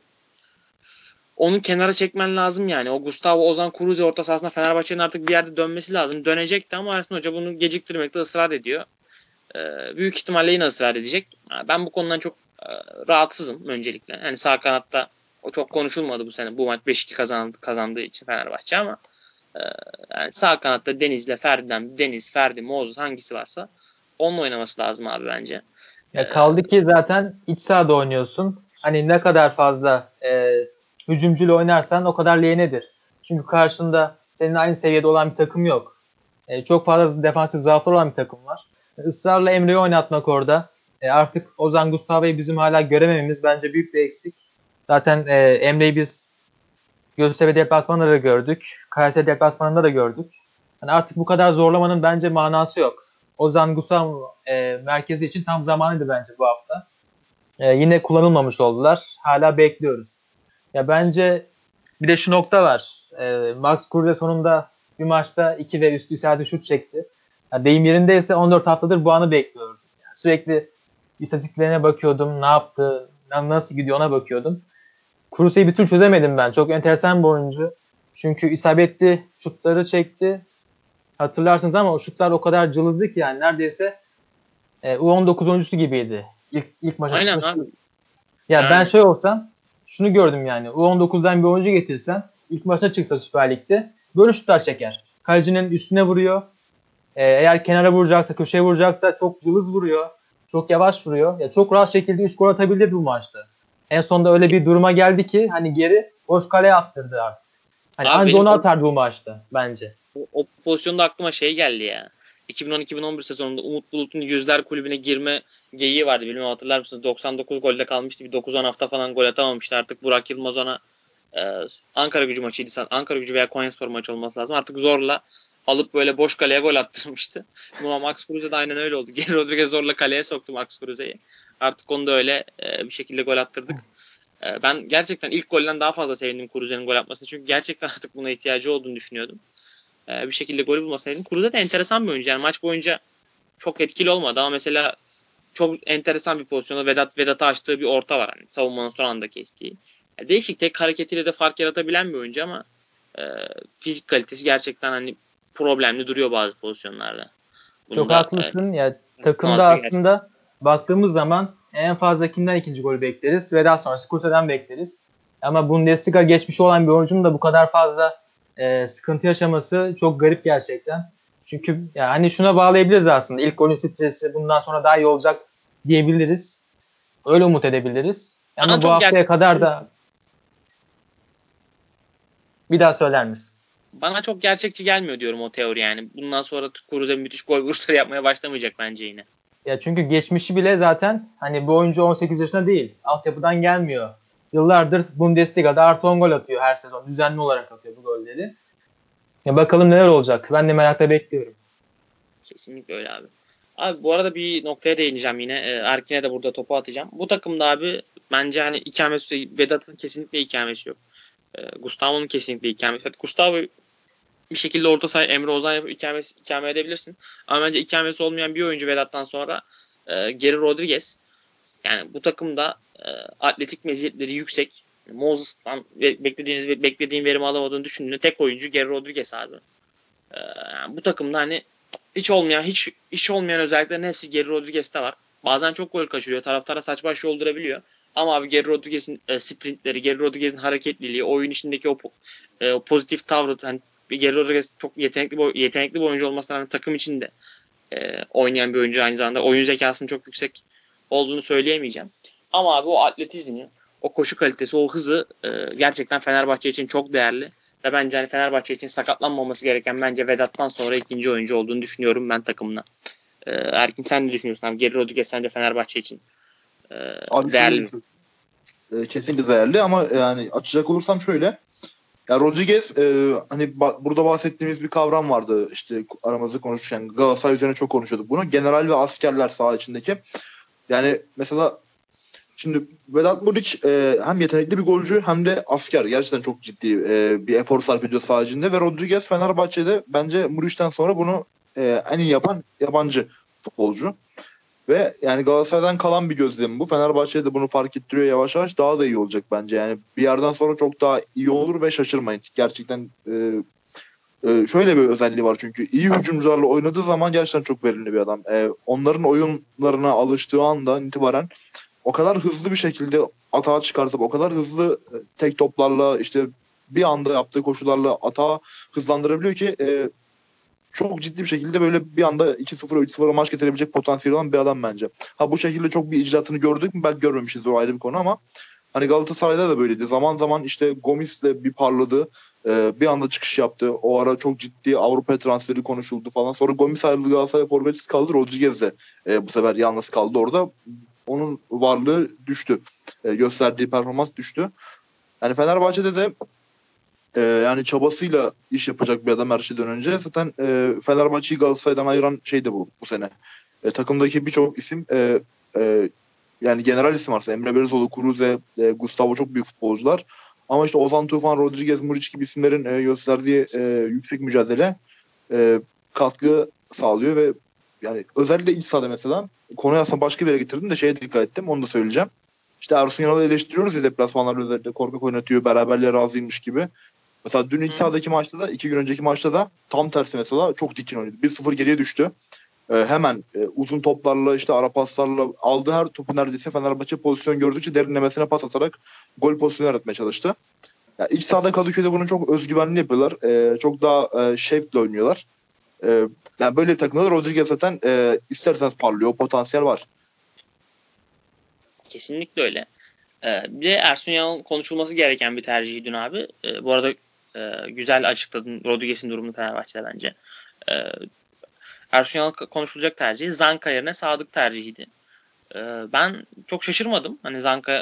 onu kenara çekmen lazım yani. O Gustavo Ozan Kuruze orta sahasında Fenerbahçe'nin artık bir yerde dönmesi lazım. Dönecekti ama Ersun Hoca bunu geciktirmekte ısrar ediyor. Büyük ihtimalle yine ısrar edecek. Ben bu konudan çok rahatsızım öncelikle. Yani sağ kanatta o çok konuşulmadı bu sene. Bu maç 5-2 kazandığı için Fenerbahçe ama yani sağ kanatta Deniz, Ferdi, Moz hangisi varsa onunla oynaması lazım abi bence. Ya kaldı ki zaten iç sahada oynuyorsun. Hani ne kadar fazla hücumcuyla oynarsan o kadar lehinedir. Çünkü karşında senin aynı seviyede olan bir takım yok. Çok fazla defansif zaafları olan bir takım var. Israrla Emre'yi oynatmak orada. Artık Ozan Gustavo'yu bizim hala göremememiz bence büyük bir eksik. Zaten Emre'yi biz Göztepe deplasmanında da gördük. Kayseri deplasmanında da gördük. Yani artık bu kadar zorlamanın bence manası yok. Ozan Gustavo merkezi için tam zamanıydı bence bu hafta. Yine kullanılmamış oldular. Hala bekliyoruz. Ya bence bir de şu nokta var. Max Kruse sonunda bir maçta 2 ve üstü isabetli şut çekti. Ya deyim yerindeyse 14 haftadır bu anı bekliyoruz. Yani sürekli istatistiklerine bakıyordum. Ne yaptı, nasıl gidiyor ona bakıyordum. Kruse'yi bir türlü çözemedim ben. Çok enteresan bir oyuncu. Çünkü isabetli şutları çekti. Hatırlarsınız ama o şutlar o kadar cılızdı ki yani neredeyse U19 oyuncusu gibiydi. İlk maça Aynen çıkmıştı. abi. Ya Yani ben şey olsam şunu gördüm yani. U19'dan bir oyuncu getirsen ilk maçta çıksa Süper Lig'de böyle şutlar çeker. Kalecinin üstüne vuruyor. Eğer kenara vuracaksa, köşeye vuracaksa çok cılız vuruyor. Çok yavaş vuruyor. Ya çok rahat şekilde 3 gol atabilir bu maçta. En sonunda öyle bir duruma geldi ki hani geri boş kaleye attırdı artık. Hani abi anca benim onu atardı bu maçta bence. o pozisyonda aklıma şey geldi ya. 2010-2011 sezonunda Umut Bulut'un Yüzler Kulübü'ne girme geyiği vardı. Bilmiyorum hatırlar mısınız? 99 golde kalmıştı. Bir 9-10 hafta falan gol atamamıştı. Artık Burak Yılmaz ona Ankara Gücü maçıydı. Ankara Gücü veya Konyaspor maçı olması lazım. Artık zorla alıp böyle boş kaleye gol attırmıştı. Ama Max Kruse de aynen öyle oldu. Geri Rodriguez zorla kaleye soktu Max Kruse'yi. Artık onu da öyle bir şekilde gol attırdık. Ben gerçekten ilk golden daha fazla sevindim Kruse'nin gol atmasına. Çünkü gerçekten artık buna ihtiyacı olduğunu düşünüyordum. Bir şekilde golü bulmasaydım. Kruse de enteresan bir oyuncu. Yani maç boyunca çok etkili olmadı ama mesela çok enteresan bir pozisyonda Vedat'ı açtığı bir orta var. Hani savunmanın son anda kestiği. Yani değişik tek hareketiyle de fark yaratabilen bir oyuncu ama fizik kalitesi gerçekten hani problemli duruyor bazı pozisyonlarda. Bunu Çok da haklısın. Ya takımda unutmaz bir gerçek. aslında baktığımız zaman en fazla kimden ikinci golü bekleriz ve daha sonrası Kurse'den bekleriz. Ama Bundesliga geçmişi olan bir oyuncunun da bu kadar fazla sıkıntı yaşaması çok garip gerçekten. Çünkü yani hani şuna bağlayabiliriz aslında. İlk golün stresi bundan sonra daha iyi olacak diyebiliriz. Öyle umut edebiliriz. Bana Ama bu çok haftaya gerçek kadar da bir daha söyler misin? bana çok gerçekçi gelmiyor diyorum o teori yani. Bundan sonra Kruse müthiş gol vuruşları yapmaya başlamayacak bence yine. Ya çünkü geçmişi bile zaten hani bu oyuncu 18 yaşında değil. Altyapıdan gelmiyor. Yıllardır Bundesliga'da artı 10 gol atıyor her sezon. Düzenli olarak atıyor bu golleri. Ya bakalım neler olacak. Ben de merakla bekliyorum. Kesinlikle öyle abi. Abi bu arada bir noktaya değineceğim yine. Erkin'e de burada topu atacağım. Bu takımda abi bence hani ikamesi Vedat'ın kesinlikle ikamesi yok. Gustavo'nun kesinlikle ikamesi yok. Gustavo bir şekilde orta saha Emre Ozan yapıp ikame edebilirsin. Ama bence ikamesi olmayan bir oyuncu Vedat'tan sonra Geri Rodriguez. Yani bu takımda atletik meziyetleri yüksek. Moses'tan beklediğin verimi alamadığını düşündüğünde tek oyuncu Geri Rodriguez abi. Bu takımda hani hiç olmayan özelliklerin hepsi Geri Rodriguez'te var. Bazen çok gol kaçırıyor. Taraftara saç baş yoldurabiliyor. Ama abi Geri Rodriguez'in sprintleri, Geri Rodriguez'in hareketliliği, oyun içindeki o pozitif tavrı, hani Geri Rodriguez çok yetenekli bir oyuncu olmasına rağmen takım içinde oynayan bir oyuncu aynı zamanda. Oyun zekasının çok yüksek olduğunu söyleyemeyeceğim. Ama abi o atletizmi, o koşu kalitesi, o hızı gerçekten Fenerbahçe için çok değerli. Ve bence hani Fenerbahçe için sakatlanmaması gereken bence Vedat'tan sonra ikinci oyuncu olduğunu düşünüyorum ben takımına. Erkin sen ne düşünüyorsun abi? Geri Rodriguez sence Fenerbahçe için Abi şöyle değerli bir mi? şey. kesinlikle değerli ama yani açacak olursam şöyle. Ya Rodriguez hani burada bahsettiğimiz bir kavram vardı işte aramızda konuşurken Galatasaray üzerine çok konuşuyorduk bunu. General ve askerler saha içindeki. Yani mesela şimdi Vedat Muriç hem yetenekli bir golcü hem de asker. Gerçekten çok ciddi bir efor sarf ediyor saha içinde ve Rodriguez Fenerbahçe'de bence Muriç'ten sonra bunu en iyi yapan yabancı futbolcu. Ve yani Galatasaray'dan kalan bir gözlem bu. Fenerbahçe de bunu fark ettiriyor yavaş yavaş. Daha da iyi olacak bence. Yani bir yerden sonra çok daha iyi olur ve şaşırmayın. Gerçekten şöyle bir özelliği var çünkü iyi hücumcularla oynadığı zaman gerçekten çok verimli bir adam. Onların oyunlarına alıştığı andan itibaren o kadar hızlı bir şekilde atağa çıkartıp o kadar hızlı tek toplarla işte bir anda yaptığı koşularla atağı hızlandırabiliyor ki çok ciddi bir şekilde böyle bir anda 2-0'a 3-0'a maç getirebilecek potansiyeli olan bir adam bence. Ha bu şekilde çok bir icraatını gördük mü? Belki görmemişiz, o ayrı bir konu ama hani Galatasaray'da da böyleydi. Zaman zaman işte Gomis'le bir parladı. Bir anda çıkış yaptı. O ara çok ciddi Avrupa transferi konuşuldu falan. Sonra Gomis ayrıldı, Galatasaray forvetsiz kaldı. Rodriguez de bu sefer yalnız kaldı orada. Onun varlığı düştü. Gösterdiği performans düştü. Yani Fenerbahçe'de de yani çabasıyla iş yapacak bir adam her şeyden önce. Zaten Fenerbahçe'yi Galatasaray'dan ayıran şey de bu sene. Takımdaki birçok isim yani general isim varsa Emre Belözoğlu, Kuruze, Gustavo çok büyük futbolcular. Ama işte Ozan Tufan, Rodriguez, Muriç gibi isimlerin gösterdiği yüksek mücadele katkı sağlıyor ve yani özellikle iç sahada mesela konuyu aslında başka bir yere getirdim de şeye dikkat ettim, onu da söyleyeceğim. İşte Ersun Yanal'ı eleştiriyoruz ya, deplasmanlarla özellikle korkak oynatıyor, beraberliğe razıymış gibi. Mesela dün iç sahadaki maçta da 2 gün önceki maçta da tam tersi mesela çok dikin oynadı. 1-0 geriye düştü. Hemen uzun toplarla işte ara paslarla aldığı her topu neredeyse Fenerbahçe pozisyon gördükçe derinlemesine pas atarak gol pozisyonu yaratmaya çalıştı. Yani iç sahada Kadıköy'de bunu çok özgüvenli yapıyorlar. Çok daha şevkle oynuyorlar. Yani böyle bir takımda da Rodriguez zaten isterseniz parlıyor. O potansiyel var. Kesinlikle öyle. Bir de Ersun Yanal konuşulması gereken bir tercih dün abi. Bu arada güzel açıkladın Rodriguez'in durumunu Fenerbahçe'de bence. Ersun Yanal konuşulacak tercihi Zanka yerine Sadık tercihiydi. Ben çok şaşırmadım. Hani Zanka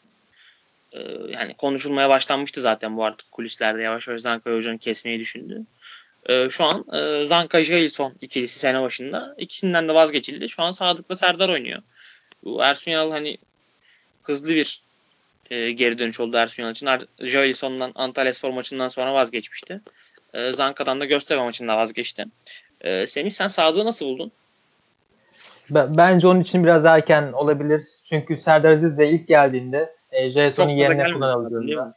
yani konuşulmaya başlanmıştı zaten bu artık kulislerde yavaş yavaş Zanka Hoca'nın kesmeyi düşündü. Şu an Zanka-Jailson ikilisi sene başında. İkisinden de vazgeçildi. Şu an Sadık'la Serdar oynuyor. Bu Ersun Yanal hani hızlı bir geri dönüş oldu Ersun Yanal için. Jailson'dan Antalyaspor maçından sonra vazgeçmişti. Zanka'dan da Göztepe maçında vazgeçti. Semih sen Sadık'ı nasıl buldun? Bence onun için biraz erken olabilir. Çünkü Serdar Aziz de ilk geldiğinde Jason'un Çok fazla yerine gelmemişti değil mi? kullanıldığında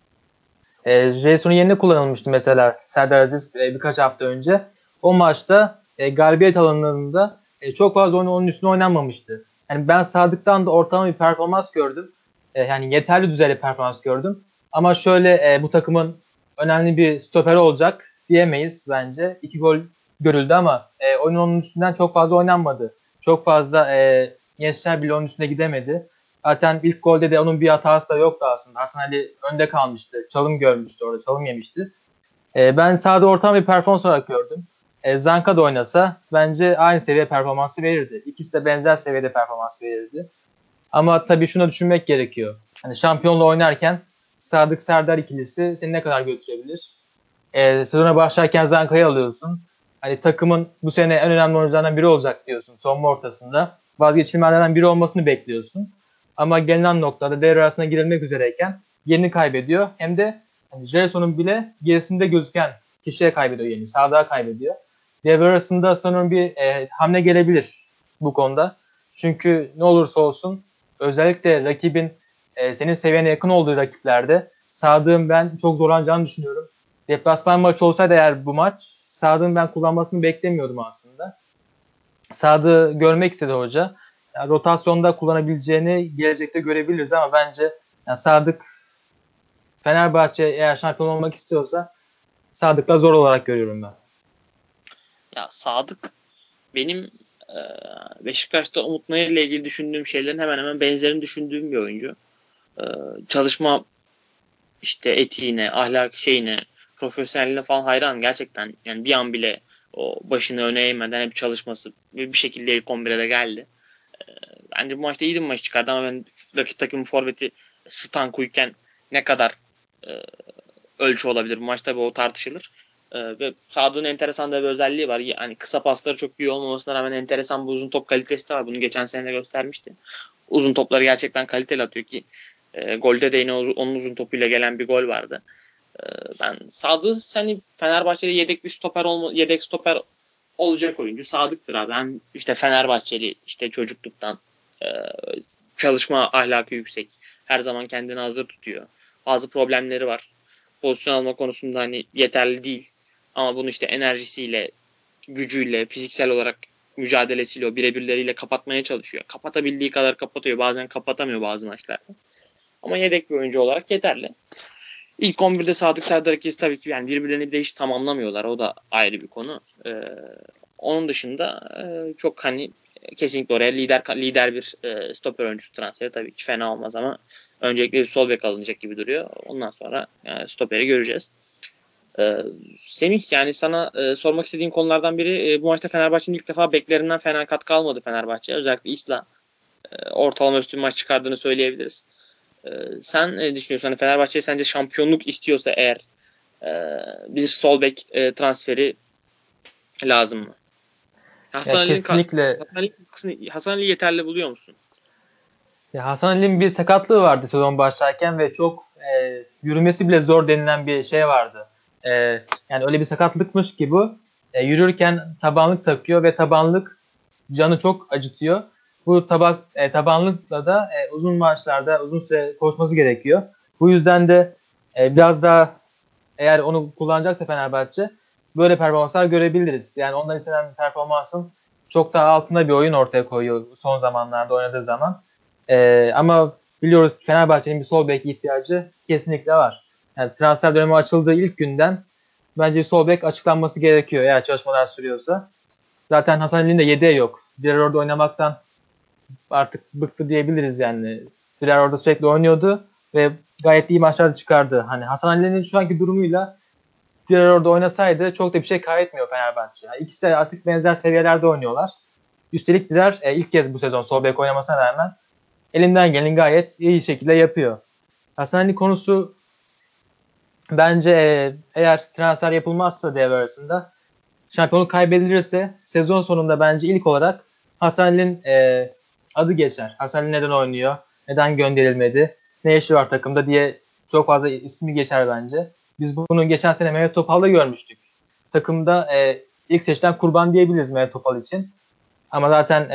Jason'un yerine kullanılmıştı mesela Serdar Aziz birkaç hafta önce. O maçta galibiyet alanlarında çok fazla onun üstüne oynanmamıştı. Yani ben Sadık'tan da ortalama bir performans gördüm. Yani yeterli düzeyde performans gördüm. Ama şöyle bu takımın önemli bir stoperi olacak diyemeyiz bence. 2 gol görüldü ama oyun onun üstünden çok fazla oynanmadı. Çok fazla Gençler bile onun üstüne gidemedi. Zaten ilk golde de onun bir hatası da yoktu aslında. Hasan Ali önde kalmıştı. Çalım görmüştü orada. Çalım yemişti. Ben sahada ortam bir performans olarak gördüm. Zanka da oynasa bence aynı seviye performansı verirdi. İkisi de benzer seviyede performans verirdi. Ama tabii şunu düşünmek gerekiyor. Hani şampiyonla oynarken Sadık Serdar ikilisi seni ne kadar götürebilir? Sezona başlarken Zanka'yı alıyorsun. Hani takımın bu sene en önemli oyuncularından biri olacak diyorsun savunma ortasında. Vazgeçilmelerden biri olmasını bekliyorsun. Ama gelinen noktada devre arasına girilmek üzereyken yerini kaybediyor. Hem de hani Jason'un bile gerisinde gözüken kişiye kaybediyor yerini. Sadık'a kaybediyor. Devre arasında sanırım bir hamle gelebilir bu konuda. Çünkü ne olursa olsun özellikle rakibin senin seviyene yakın olduğu rakiplerde Sadık'ın ben çok zorlanacağını düşünüyorum. Deplasman maçı olsaydı eğer bu maç Sadık'ın ben kullanmasını beklemiyordum aslında. Sadık'ı görmek istedi hoca. Yani rotasyonda kullanabileceğini gelecekte görebiliriz ama bence yani Sadık Fenerbahçe eğer şampiyon olmak istiyorsa Sadık'la zor olarak görüyorum ben. Ya Sadık benim Beşiktaş'ta Umut Nayır ile ilgili düşündüğüm şeylerin hemen hemen benzerini düşündüğüm bir oyuncu. Çalışma işte etiğine, ahlak şeyine, profesyonelliğine falan hayran gerçekten. Yani bir an bile o başını öne eğmeden hep çalışması bir şekilde ilk 11'e de geldi. Bence bu maçta iyi bir maç çıkardı ama ben rakip takımın forveti Stankuyken ne kadar ölçü olabilir? Bu maç tabii o tartışılır. Ve Sadık'ın enteresan da bir özelliği var. Yani kısa pasları çok iyi olmamasına rağmen enteresan bir uzun top kalitesi de var. Bunu geçen sene de göstermişti. Uzun topları gerçekten kaliteli atıyor ki golde de yine onun uzun topuyla gelen bir gol vardı. Ben Sadık seni Fenerbahçe'de yedek stoper olacak oyuncu Sadık'tır abi. Hem işte Fenerbahçeli işte çocukluktan çalışma ahlakı yüksek. Her zaman kendini hazır tutuyor. Bazı problemleri var. Pozisyon alma konusunda hani yeterli değil. Ama bunu işte enerjisiyle, gücüyle, fiziksel olarak mücadelesiyle, o birebirleriyle kapatmaya çalışıyor. Kapatabildiği kadar kapatıyor. Bazen kapatamıyor bazı maçlarda. Ama yedek bir oyuncu olarak yeterli. İlk 11'de Sadık Serdar ikisi tabii ki yani birbirlerini de hiç tamamlamıyorlar. O da ayrı bir konu. Onun dışında çok hani kesinlikle oraya lider bir stoper oyuncusu transferi tabii ki fena olmaz ama öncelikle bir sol bek alınacak gibi duruyor. Ondan sonra stoperi göreceğiz. Semih yani sana sormak istediğim konulardan biri bu maçta Fenerbahçe'nin ilk defa beklerinden fena katkı almadı Fenerbahçe. Özellikle İsla ortalama üstün maç çıkardığını söyleyebiliriz. Sen ne düşünüyorsun? Hani Fenerbahçe sence şampiyonluk istiyorsa eğer bir sol bek transferi lazım mı? Ya kesinlikle. Hasan Ali yeterli buluyor musun? Ya Hasan Ali'nin bir sakatlığı vardı sezon başlarken ve çok yürümesi bile zor denilen bir şey vardı. Yani öyle bir sakatlıkmış ki bu. Yürürken tabanlık takıyor ve tabanlık canı çok acıtıyor. Bu tabanlıkla da uzun maçlarda uzun süre koşması gerekiyor. Bu yüzden de biraz daha eğer onu kullanacaksa Fenerbahçe böyle performanslar görebiliriz. Yani ondan istenen performansın çok daha altında bir oyun ortaya koyuyor son zamanlarda oynadığı zaman. Ama biliyoruz Fenerbahçe'nin bir sol bek ihtiyacı kesinlikle var. Yani transfer dönemi açıldığı ilk günden bence bir sol bek açıklanması gerekiyor eğer çalışmalar sürüyorsa. Zaten Hasan Ali'nin de yedeği yok. Diğer orada oynamaktan artık bıktı diyebiliriz yani. Diğer orada sürekli oynuyordu ve gayet iyi maçlar çıkardı. Hani Hasan Ali'nin şu anki durumuyla diğer orada oynasaydı çok da bir şey kaybetmiyor Fenerbahçe. Yani ikisi de artık benzer seviyelerde oynuyorlar. Üstelik Diler ilk kez bu sezon sol bek oynamasına rağmen elinden geleni gayet iyi şekilde yapıyor. Hasan Ali konusu bence eğer transfer yapılmazsa devre arasında şampiyonluk kaybedilirse sezon sonunda bence ilk olarak Hasan Ali'nin adı geçer. Hasan Ali neden oynuyor? Neden gönderilmedi? Ne işi var takımda diye çok fazla ismi geçer bence. Biz bunu geçen sene Mehmet Topal'da görmüştük. Takımda ilk seçilen kurban diyebiliriz Mehmet Topal için. Ama zaten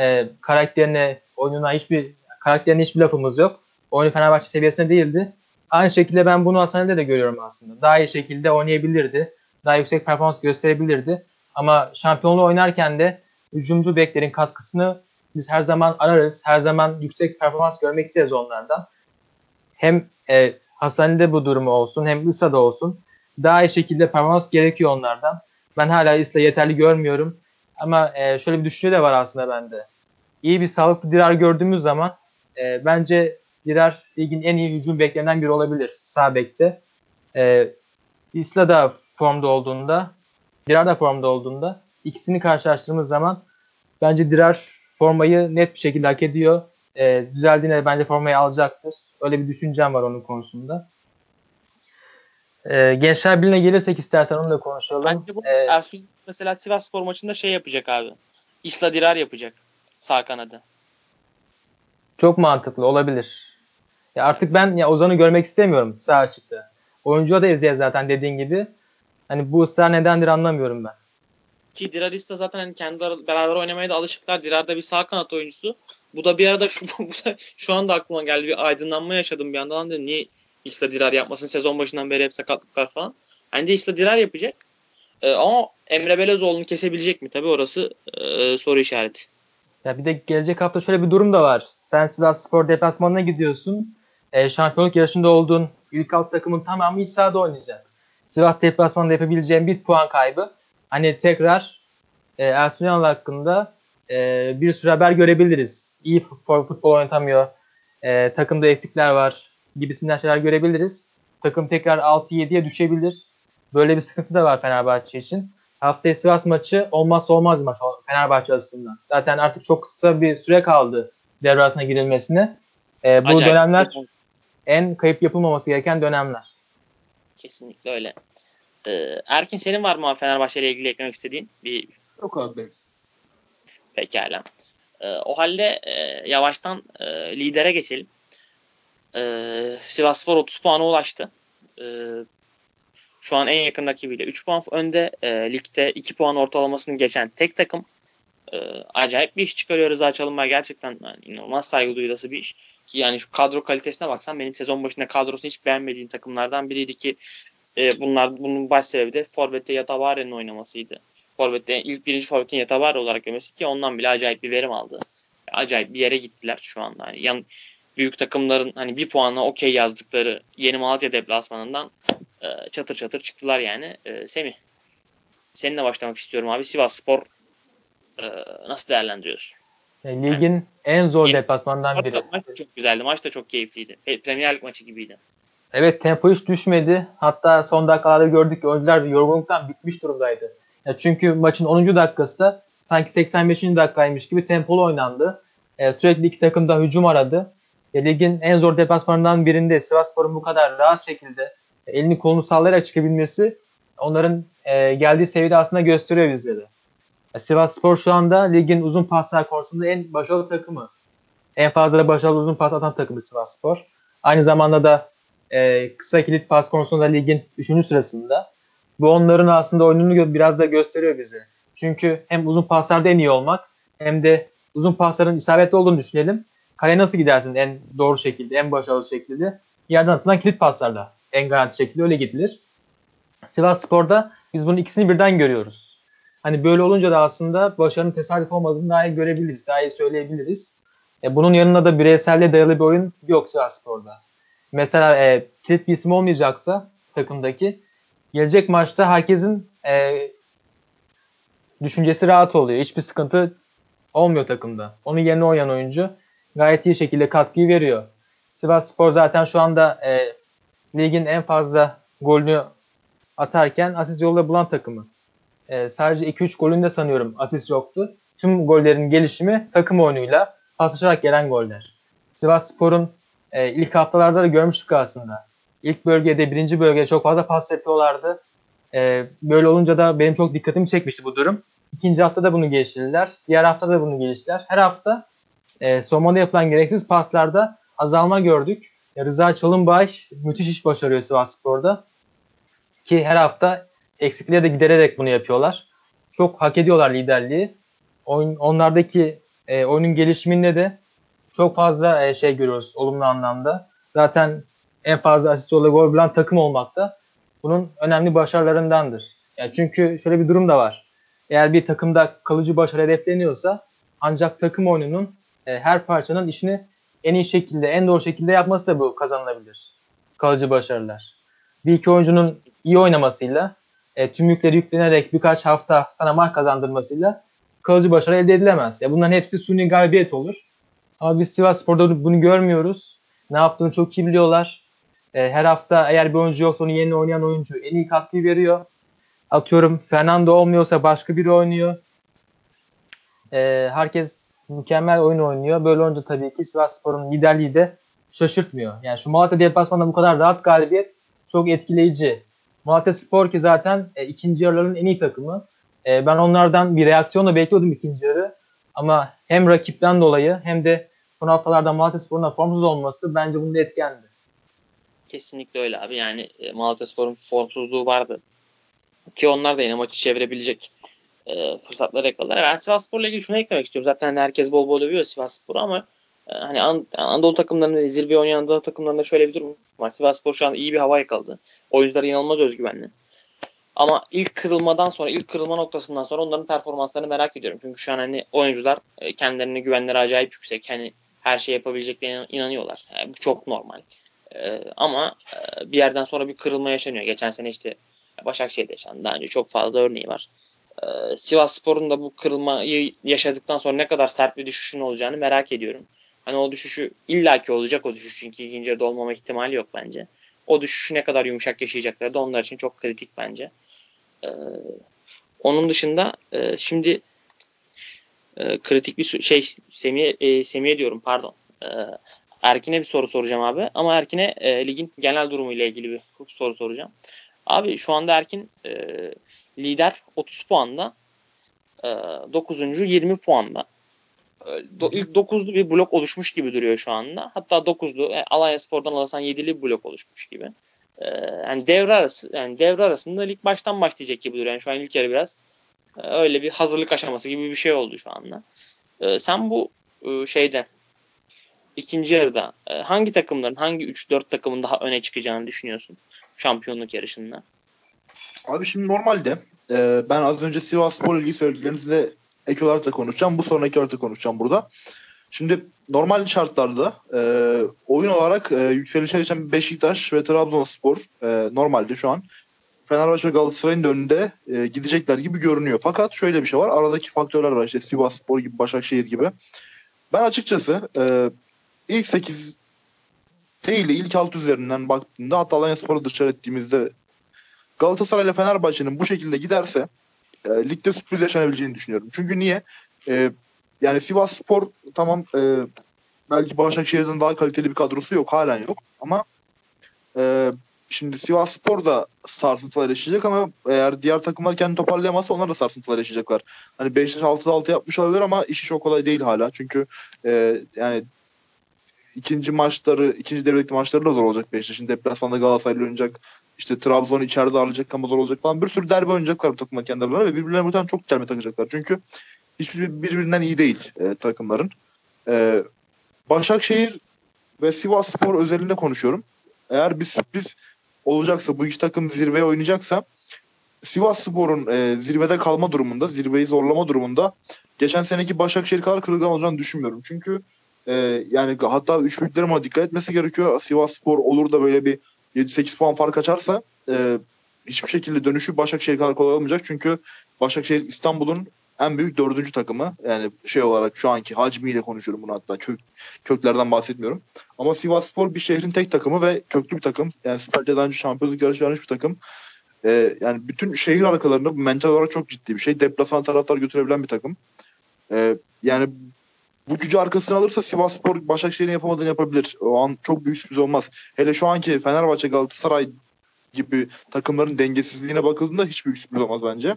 karakterine hiçbir lafımız yok. Oyunu Fenerbahçe seviyesinde değildi. Aynı şekilde ben bunu Hasan Ali'de de görüyorum aslında. Daha iyi şekilde oynayabilirdi. Daha yüksek performans gösterebilirdi. Ama şampiyonluğu oynarken de hücumcu beklerin katkısını biz her zaman ararız. Her zaman yüksek performans görmek isteriz onlardan. Hem Hasan Ali'de bu durumu olsun hem İsa'da olsun. Daha iyi şekilde performans gerekiyor onlardan. Ben hala İsa yeterli görmüyorum. Ama şöyle bir düşünce de var aslında bende. İyi bir sağlıklı Dirar gördüğümüz zaman bence Dirar ligin en iyi hücum beklenen biri olabilir sağ bekte. İsla da formda olduğunda, Dirar da formda olduğunda ikisini karşılaştırdığımız zaman bence Dirar formayı net bir şekilde hak ediyor. Düzeldiğinde bence formayı alacaktır. Öyle bir düşüncem var onun konusunda. Gençler Birliği'ne gelirsek istersen onu da konuşalım. Bence bu Ersun mesela Sivasspor maçında şey yapacak abi. İsla Dirar yapacak sağ kanadı. Çok mantıklı olabilir. Ya artık ben Ozan'ı görmek istemiyorum sağ açıkta. Oyuncuya da eziyet zaten dediğin gibi. Hani bu ısrar nedendir anlamıyorum ben. Ki Dirarista zaten hani kendi beraber oynamaya da alışıklar. Dirar da bir sağ kanat oyuncusu. Bu da bir arada şu anda aklıma geldi. Bir aydınlanma yaşadım bir yandan. Dedim niye Isla Dirar yapmasın? Sezon başından beri hep sakatlıklar falan. Bence Isla Dirar yapacak. Ama Emre Belezoğlu'nu kesebilecek mi? Tabii orası soru işareti. Ya bir de gelecek hafta şöyle bir durum da var. Sen Sivasspor deplasmanına gidiyorsun. Şampiyonluk yarışında olduğun ilk alt takımın tamamı iç sahada oynayacak. Sivas deplasmanında yapabileceğin bir puan kaybı. Hani tekrar Ersun Yanal hakkında bir sürü haber görebiliriz. İyi futbol oynatamıyor. Takımda eksikler var gibisinden şeyler görebiliriz. Takım tekrar 6-7'ye düşebilir. Böyle bir sıkıntı da var Fenerbahçe için. Haftaya Sivas maçı olmazsa olmaz bir maç Fenerbahçe açısından. Zaten artık çok kısa bir süre kaldı devre arasına girilmesine. Bu Acayip. dönemler en kayıp yapılmaması gereken dönemler. Kesinlikle öyle. Erkin, senin var mı Fenerbahçe ile ilgili eklemek istediğin? Yok abi benim. Pekala. O halde yavaştan lidere geçelim. Sivasspor 30 puana ulaştı. Şu an en yakın rakibiyle 3 puan önde. Ligde 2 puan ortalamasını geçen tek takım. Acayip bir iş çıkarıyor Rıza Çalınbay. Gerçekten yani inanılmaz saygı duyulası bir iş. Ki yani şu kadro kalitesine baksan benim sezon başında kadrosunu hiç beğenmediğim takımlardan biriydi ki bunun baş sebebi de Forvet'te Yatabare'nin oynamasıydı. Forvet'te ilk birinci Forvet'in Yatabare olarak görmesi ki ondan bile acayip bir verim aldı. Acayip bir yere gittiler şu anda. Yani büyük takımların hani bir puanla okey yazdıkları Yeni Malatya deplasmanından çatır çatır çıktılar yani. Semih, seninle başlamak istiyorum abi. Sivasspor nasıl değerlendiriyorsun? Ligin en zor deplasmandan biri. Maç da çok güzeldi. Maç da çok keyifliydi. Premier Lig maçı gibiydi. Evet, tempo hiç düşmedi. Hatta son dakikalarda gördük ki oyuncular yorgunluktan bitmiş durumdaydı. Ya çünkü maçın 10. dakikası da sanki 85. dakikaymış gibi tempolu oynandı. Sürekli iki takım da hücum aradı. Ligin en zor deplasmanından birinde Sivasspor'un bu kadar rahat şekilde elini kolunu sallayarak çıkabilmesi onların geldiği seviyede aslında gösteriyor bizlere. Sivasspor şu anda ligin uzun paslar konusunda en başarılı takımı. En fazla başarılı uzun pas atan takımı Sivasspor. Aynı zamanda da kısa kilit pas konusunda ligin 3. sırasında. Bu onların aslında oyununu biraz da gösteriyor bize. Çünkü hem uzun paslarda en iyi olmak hem de uzun pasların isabetli olduğunu düşünelim. Kaleye nasıl gidersin en doğru şekilde, en başarılı şekilde? Yerden atılan kilit paslarla en garanti şekilde öyle gidilir. Sivasspor'da biz bunun ikisini birden görüyoruz. Hani böyle olunca da aslında başarının tesadüf olmadığını daha iyi görebiliriz, daha iyi söyleyebiliriz. Bunun yanında da bireyselliğe dayalı bir oyun yok Sivasspor'da. Mesela kilit bir isim olmayacaksa takımdaki gelecek maçta herkesin düşüncesi rahat oluyor. Hiçbir sıkıntı olmuyor takımda. Onun yerine oynayan oyuncu gayet iyi şekilde katkıyı veriyor. Sivasspor zaten şu anda ligin en fazla golünü atarken asist yolda bulan takımı. Sadece 2-3 golünde sanıyorum asist yoktu. Tüm gollerin gelişimi takım oyunuyla paslaşarak gelen goller. Sivasspor'un ilk haftalarda da görmüştük aslında. İlk bölgede, birinci bölgede çok fazla pas yapıyorlardı. Böyle olunca da benim çok dikkatimi çekmişti bu durum. İkinci hafta da bunu geliştirdiler. Diğer hafta da bunu geliştirdiler. Her hafta savunmada yapılan gereksiz paslarda azalma gördük. Rıza Çalınbay müthiş iş başarıyor Sivasspor'da. Ki her hafta eksikleri de gidererek bunu yapıyorlar. Çok hak ediyorlar liderliği. Onlardaki oyunun gelişiminde de çok fazla şey görüyoruz olumlu anlamda. Zaten en fazla asist yolla gol bulan takım olmak da bunun önemli başarılarındandır. Yani çünkü şöyle bir durum da var. Eğer bir takımda kalıcı başarı hedefleniyorsa ancak takım oyununun her parçanın işini en iyi şekilde, en doğru şekilde yapması da bu kazanılabilir. Kalıcı başarılar. Bir iki oyuncunun iyi oynamasıyla, tüm yükleri yüklenerek birkaç hafta sana maç kazandırmasıyla kalıcı başarı elde edilemez. Bunların hepsi suni galibiyet olur. Ama biz Sivasspor'da bunu görmüyoruz. Ne yaptığını çok iyi biliyorlar. Her hafta eğer bir oyuncu yoksa onun yerine oynayan oyuncu en iyi katkıyı veriyor. Atıyorum Fernando olmuyorsa başka biri oynuyor. Herkes mükemmel oyun oynuyor. Böyle olunca tabii ki Sivasspor'un liderliği de şaşırtmıyor. Yani şu Malatya deplasmanında bu kadar rahat galibiyet çok etkileyici. Malatyaspor ki zaten ikinci yarıların en iyi takımı. Ben onlardan bir reaksiyonla bekliyordum ikinci yarı. Ama hem rakipten dolayı hem de son haftalarda Malatyaspor'un formsuz olması bence bunda etkendi. Kesinlikle öyle abi. Yani Malatyaspor'un formsuzluğu vardı. Ki onlar da yine maçı çevirebilecek fırsatlar yakaladılar. Ben Sivasspor'la ilgili şunu eklemek istiyorum. Zaten herkes bol bol övüyor Sivasspor'u ama hani Anadolu takımlarında, zirve oynayan Anadolu takımlarında şöyle bir durum var. Sivasspor şu an iyi bir hava yakaladı. Oyuncular inanılmaz özgüvenli. Ama ilk kırılma noktasından sonra onların performanslarını merak ediyorum. Çünkü şu an hani oyuncular kendilerine güvenleri acayip yüksek. Hani her şey yapabileceklerine inanıyorlar. Yani bu çok normal. Ama bir yerden sonra bir kırılma yaşanıyor. Geçen sene işte Başakşehir'de yaşandı. Daha önce çok fazla örneği var. Sivasspor'un da bu kırılmayı yaşadıktan sonra ne kadar sert bir düşüşün olacağını merak ediyorum. Hani o düşüşü illaki olacak o düşüş. Çünkü ikinci yarıda olmama ihtimali yok bence. O düşüşü ne kadar yumuşak yaşayacakları da onlar için çok kritik bence. Onun dışında şimdi kritik bir şey Semih'e diyorum pardon. Erkin'e bir soru soracağım abi. Ama Erkin'e ligin genel durumu ile ilgili bir soru soracağım. Abi şu anda Erkin lider 30 puanda. 9. 20 puanda. İlk 9'lu bir blok oluşmuş gibi duruyor şu anda. Hatta 9'lu Alanyaspor'dan alırsan 7'li bir blok oluşmuş gibi. Yani devre arasında lig baştan başlayacak gibi duruyor. Yani şu an ilk yarı biraz öyle bir hazırlık aşaması gibi bir şey oldu şu anda. Sen bu şeyde ikinci yarıda hangi takımların, hangi 3-4 takımın daha öne çıkacağını düşünüyorsun şampiyonluk yarışında? Abi şimdi normalde ben az önce Sivasspor ilgili söylediklerinizi ek olarak da konuşacağım. Bu sonraki olarak da konuşacağım burada. Şimdi normal şartlarda oyun olarak yükselişe geçen Beşiktaş ve Trabzonspor normalde şu an Fenerbahçe ve Galatasaray'ın önünde gidecekler gibi görünüyor. Fakat şöyle bir şey var. Aradaki faktörler var. İşte Sivasspor gibi, Başakşehir gibi. Ben açıkçası ilk 8 değil de ilk 6 üzerinden baktığımda, hatta Alanyaspor'u dışarı ettiğimizde Galatasaray ile Fenerbahçe'nin bu şekilde giderse ligde sürpriz yaşanabileceğini düşünüyorum. Çünkü niye? Yani Sivasspor tamam, belki Başakşehir'den daha kaliteli bir kadrosu yok. Halen yok. Ama şimdi Sivasspor da sarsıntılar yaşayacak ama eğer diğer takımlar kendini toparlayamazsa onlar da sarsıntılar yaşayacaklar. Hani Beşiktaş 6'da 6 yapmış olabilir ama işi çok kolay değil hala. Çünkü yani ikinci devletli maçları da zor olacak Beşiktaş'ın. Deplasmanda Galatasaray'la oynayacak. İşte Trabzon içeride ağırlayacak ama zor olacak falan. Bir sürü derbi oynayacaklar bu takımlar kendi aralarına ve birbirlerine muhtemelen çok gelme takacaklar. Çünkü hiçbir birbirinden iyi değil takımların. Başakşehir ve Sivasspor özelinde konuşuyorum. Eğer bir sürpriz olacaksa, bu iki takım zirveye oynayacaksa, Sivasspor'un zirvede kalma durumunda, zirveyi zorlama durumunda geçen seneki Başakşehir kadar kırılgan olacağını düşünmüyorum. Çünkü yani hatta üç büyüklerin ama dikkat etmesi gerekiyor. Sivasspor olur da böyle bir 7-8 puan fark açarsa hiçbir şekilde dönüşü Başakşehir kadar kolay olmayacak. Çünkü Başakşehir İstanbul'un en büyük 4. takımı. Yani şey olarak şu anki hacmiyle konuşuyorum bunu, hatta köklerden bahsetmiyorum. Ama Sivasspor bir şehrin tek takımı ve köklü bir takım. Yani Süper Lig'den önce şampiyonluk yarışı vermiş bir takım. Yani bütün şehir arkalarında mental olarak çok ciddi bir şey. Deplasman taraftar götürebilen bir takım. Yani bu gücü arkasına alırsa Sivasspor Başakşehir'in yapamadığını yapabilir. O an çok büyük sürpriz olmaz. Hele şu anki Fenerbahçe, Galatasaray gibi takımların dengesizliğine bakıldığında hiç büyük sürpriz olmaz bence.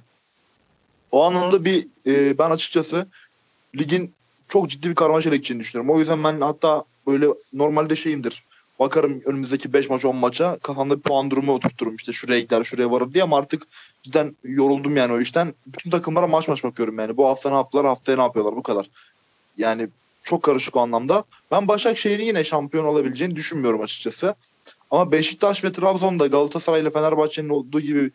O anlamda ben açıkçası ligin çok ciddi bir karmaşayla gideceğini düşünüyorum. O yüzden ben hatta böyle normalde şeyimdir. Bakarım önümüzdeki 5 maç 10 maça, kafamda bir puan durumu oturturum. İşte şuraya gider şuraya varır diye, ama artık cidden yoruldum yani o işten. Bütün takımlara maç bakıyorum yani. Bu hafta ne yaptılar, haftaya ne yapıyorlar, bu kadar. Yani çok karışık o anlamda. Ben Başakşehir'in yine şampiyon olabileceğini düşünmüyorum açıkçası. Ama Beşiktaş ve Trabzon'da Galatasaray ile Fenerbahçe'nin olduğu gibi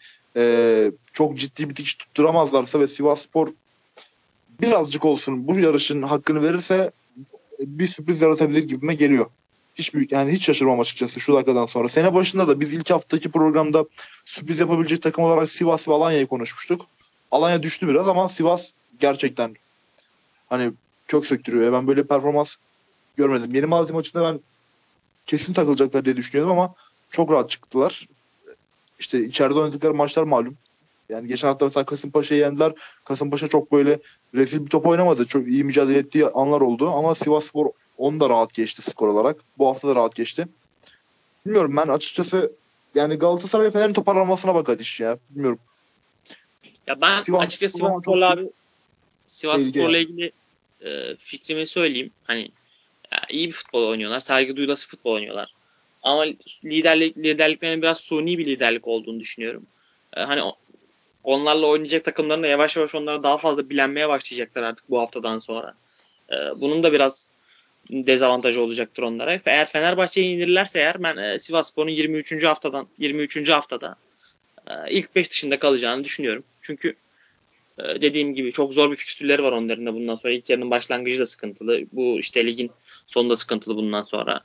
çok ciddi bir dikiş tutturamazlarsa ve Sivasspor birazcık olsun bu yarışın hakkını verirse bir sürpriz yaratabilir gibime geliyor. Hiç şaşırmam açıkçası şu dakikadan sonra. Sene başında da biz ilk haftaki programda sürpriz yapabilecek takım olarak Sivas ve Alanya'yı konuşmuştuk. Alanya düştü biraz ama Sivas gerçekten hani kök söktürüyor. Ben böyle performans görmedim. Yeni Malatya maçında ben kesin takılacaklar diye düşünüyordum ama çok rahat çıktılar. İşte içeride oynadıkları maçlar malum. Yani geçen hafta mesela Kasımpaşa'yı yendiler. Kasımpaşa çok böyle rezil bir top oynamadı. Çok iyi mücadele ettiği anlar oldu. Ama Sivasspor onu da rahat geçti skor olarak. Bu hafta da rahat geçti. Bilmiyorum, ben açıkçası yani Galatasaray ve Fener'in toparlanmasına bakar iş ya. Bilmiyorum. Ya ben açıkçası Sivasspor'la ilgili fikrimi söyleyeyim. Hani iyi bir futbol oynuyorlar. Saygı duyulası futbol oynuyorlar. Ama liderliklerinin biraz suni bir liderlik olduğunu düşünüyorum. Hani onlarla oynayacak takımların da yavaş yavaş onlara daha fazla bilenmeye başlayacaklar artık bu haftadan sonra. Bunun da biraz dezavantajı olacaktır onlara. Eğer Fenerbahçe'yi indirirlerse eğer ben Sivasspor'un 23. haftada ilk 5 dışında kalacağını düşünüyorum. Çünkü dediğim gibi çok zor bir fikstürleri var onların da bundan sonra. İlk yarının başlangıcı da sıkıntılı. Bu işte ligin sonu da sıkıntılı bundan sonra.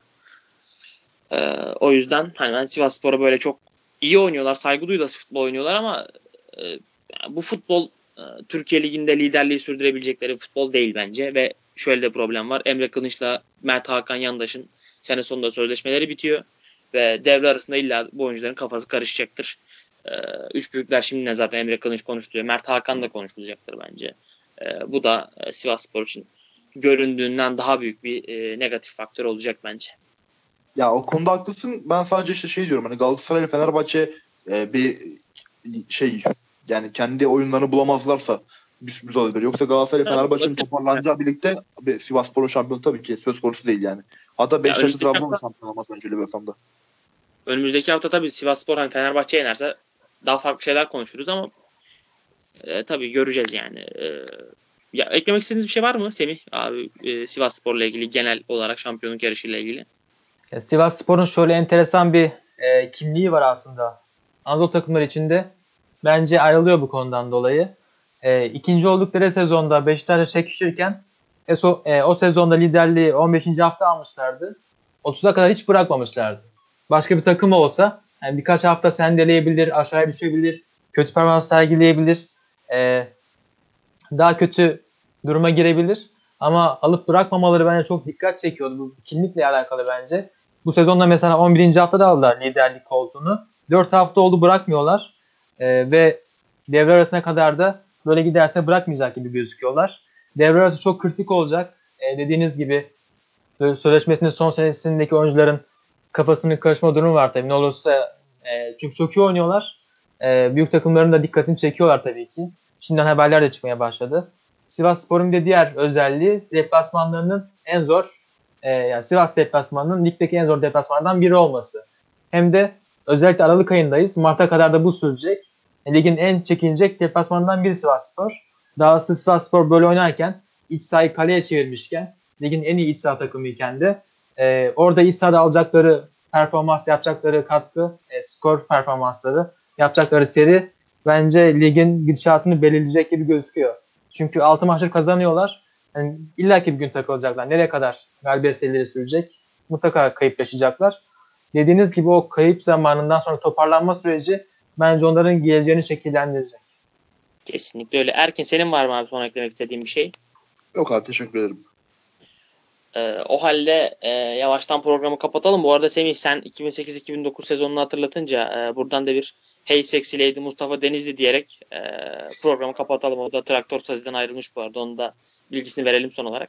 O yüzden hani ben Sivasspor'a böyle çok iyi oynuyorlar. Saygı duyulası futbol oynuyorlar ama bu futbol Türkiye Ligi'nde liderliği sürdürebilecekleri bir futbol değil bence. Ve şöyle de problem var. Emre Kılınç'la Mert Hakan Yandaş'ın sene sonunda sözleşmeleri bitiyor. Ve devre arasında illa bu oyuncuların kafası karışacaktır. Üç büyükler şimdiden zaten Emre Kılınç konuşuluyor. Mert Hakan da konuşulacaktır bence. Bu da Sivasspor için göründüğünden daha büyük bir negatif faktör olacak bence. Ya o konuda haklısın. Ben sadece işte şey diyorum, hani Galatasaray ile Fenerbahçe bir şey, yani kendi oyunlarını bulamazlarsa bir sürpriz olabilir. Yoksa Galatasaray ile Tabii, Fenerbahçe'nin olabilir. toparlanacağı birlikte Sivasspor'un şampiyonu tabii ki söz konusu değil yani. Hatta Ya Beşiktaş'ta önümüzdeki Trabzon da hafta, şampiyon olmaz bence öyle bir ortamda. tabii Sivasspor hani Fenerbahçe yenerse daha farklı şeyler konuşuruz ama tabii göreceğiz yani. Ya eklemek istediğiniz bir şey var mı Semih abi, Sivasspor'la ilgili, genel olarak şampiyonluk yarışıyla ilgili? Sivasspor'un şöyle enteresan bir kimliği var aslında. Anadolu takımları içinde bence ayrılıyor bu konudan dolayı. İkinci oldukları sezonda Beşiktaş'a çekişirken o sezonda liderliği 15. hafta almışlardı. 30'a kadar hiç bırakmamışlardı. Başka bir takım olsa yani birkaç hafta sendeleyebilir, aşağıya düşebilir, kötü performans sergileyebilir, daha kötü duruma girebilir. Ama alıp bırakmamaları bence çok dikkat çekiyordu. Bu kimlikle alakalı bence. Bu sezonda mesela 11. haftada aldılar liderlik koltuğunu. 4 hafta oldu bırakmıyorlar. Ve devre arasına kadar da böyle giderse bırakmayacak gibi gözüküyorlar. Devre arası çok kritik olacak. Dediğiniz gibi sözleşmesinin son senesindeki oyuncuların kafasının karışma durumu var tabii. Ne olursa çünkü çok iyi oynuyorlar. Büyük takımların da dikkatini çekiyorlar tabii ki. Şimdiden haberler de çıkmaya başladı. Sivasspor'un bir diğer özelliği deplasmanlarının en zor, yani Sivas deplasmanının ligdeki en zor deplasmanlardan biri olması. Hem de özellikle Aralık ayındayız. Mart'a kadar da bu sürecek. Ligin en çekilecek deplasmanından biri Sivasspor. Dahası Sivasspor böyle oynarken, iç sahayı kaleye çevirmişken, ligin en iyi iç saha takımıyken de orada iç sahada alacakları performans, yapacakları katkı, skor performansları, yapacakları seri bence ligin gidişatını belirleyecek gibi gözüküyor. Çünkü 6 maçları kazanıyorlar. Yani illaki bir gün takılacaklar. Nereye kadar galibiyet serileri sürecek? Mutlaka kayıp yaşayacaklar. Dediğiniz gibi o kayıp zamanından sonra toparlanma süreci bence onların geleceğini şekillendirecek. Kesinlikle öyle. Erkin, senin var mı abi son eklemek istediğin bir şey? Yok abi, teşekkür ederim. O halde yavaştan programı kapatalım. Bu arada Semih, sen 2008-2009 sezonunu hatırlatınca buradan da bir Hey Sexy Lady Mustafa Denizli diyerek programı kapatalım. O da Traktör Sazi'den ayrılmış bu arada. Onun da bilgisini verelim son olarak.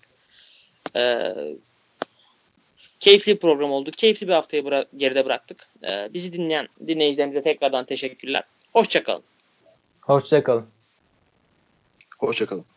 Keyifli bir program oldu. Keyifli bir haftayı geride bıraktık. Bizi dinleyen dinleyicilerimize tekrardan teşekkürler. Hoşça kalın. Hoşçakalın. Hoşçakalın.